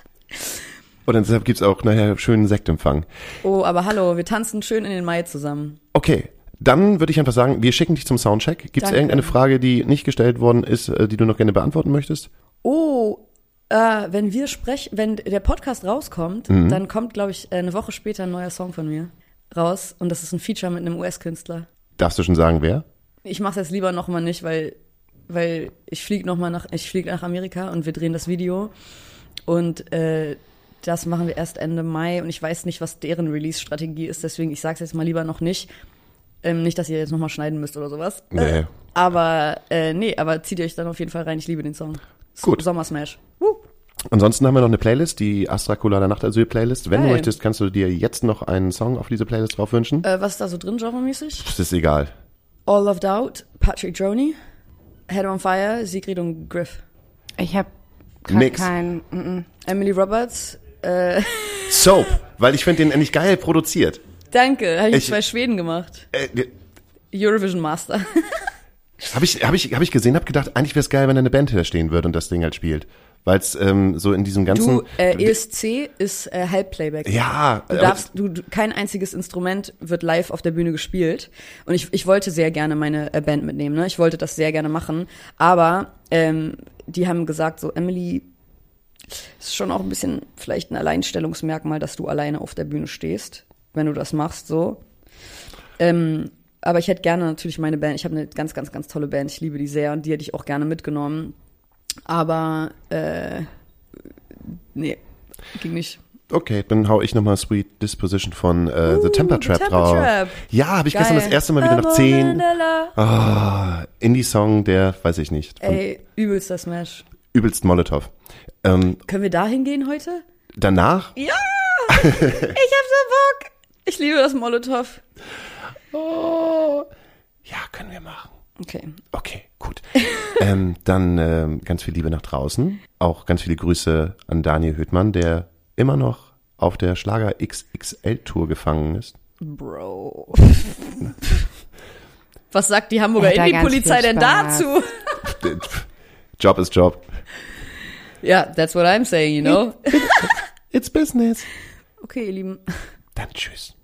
Und deshalb gibt's auch nachher schönen Sektempfang.
Oh, aber hallo, wir tanzen schön in den Mai zusammen.
Okay. Dann würde ich einfach sagen, wir schicken dich zum Soundcheck. Gibt es irgendeine Frage, die nicht gestellt worden ist, die du noch gerne beantworten möchtest?
Oh, wenn der Podcast rauskommt, dann kommt, glaube ich, eine Woche später ein neuer Song von mir raus. Und das ist ein Feature mit einem US-Künstler.
Darfst du schon sagen, wer?
Ich mache es jetzt lieber nochmal nicht, weil ich fliege nach Amerika und wir drehen das Video. Und das machen wir erst Ende Mai. Und ich weiß nicht, was deren Release-Strategie ist. Deswegen, ich sage es jetzt mal lieber noch nicht. Nicht, dass ihr jetzt nochmal schneiden müsst oder sowas.
Nee.
Aber zieht ihr euch dann auf jeden Fall rein. Ich liebe den Song.
Gut.
Sommersmash.
Ansonsten haben wir noch eine Playlist, die Astra Colada Nachtasyl-Playlist. Wenn du
Geil.
möchtest, kannst du dir jetzt noch einen Song auf diese Playlist drauf wünschen.
Was ist da so drin, genremäßig?
Das ist egal.
All Loved Out, Patrick Joni, Head on Fire, Sigrid und Griff.
Ich habe
Nix.
kein...
Emily Roberts,
Soap, weil ich finde den endlich geil produziert.
danke, habe ich 2 Schweden gemacht. Eurovision Master.
Hab ich gesehen, hab gedacht, eigentlich wäre es geil, wenn da eine Band hinter stehen würde und das Ding halt spielt. Weil es so in diesem ganzen...
ESC ist Halbplayback.
Ja.
Du darfst, kein einziges Instrument wird live auf der Bühne gespielt. Und ich wollte sehr gerne meine Band mitnehmen, ne? Ich wollte das sehr gerne machen. Aber die haben gesagt, so Emily, ist schon auch ein bisschen vielleicht ein Alleinstellungsmerkmal, dass du alleine auf der Bühne stehst, wenn du das machst, so. Aber ich hätte gerne natürlich meine Band. Ich habe eine ganz, ganz, ganz tolle Band. Ich liebe die sehr und die hätte ich auch gerne mitgenommen. Aber nee, ging nicht.
Okay, dann hau ich nochmal Sweet Disposition von The Temper Trap drauf. Ja, habe ich gestern das erste Mal wieder nach 10. Indie-Song, der, weiß ich nicht.
Ey, übelster Smash.
Übelst Molotow.
Können wir da hingehen heute?
Danach?
Ja! Ich hab so Bock! Ich liebe das Molotow.
Oh. Ja, können wir machen. Okay, gut. Dann ganz viel Liebe nach draußen. Auch ganz viele Grüße an Daniel Hüttmann, der immer noch auf der Schlager XXL-Tour gefangen ist.
Bro. Was sagt die Hamburger Indie-Polizei denn dazu?
Job ist Job.
Ja, that's what I'm saying, you know?
It's business.
Okay, ihr Lieben.
Dann tschüss.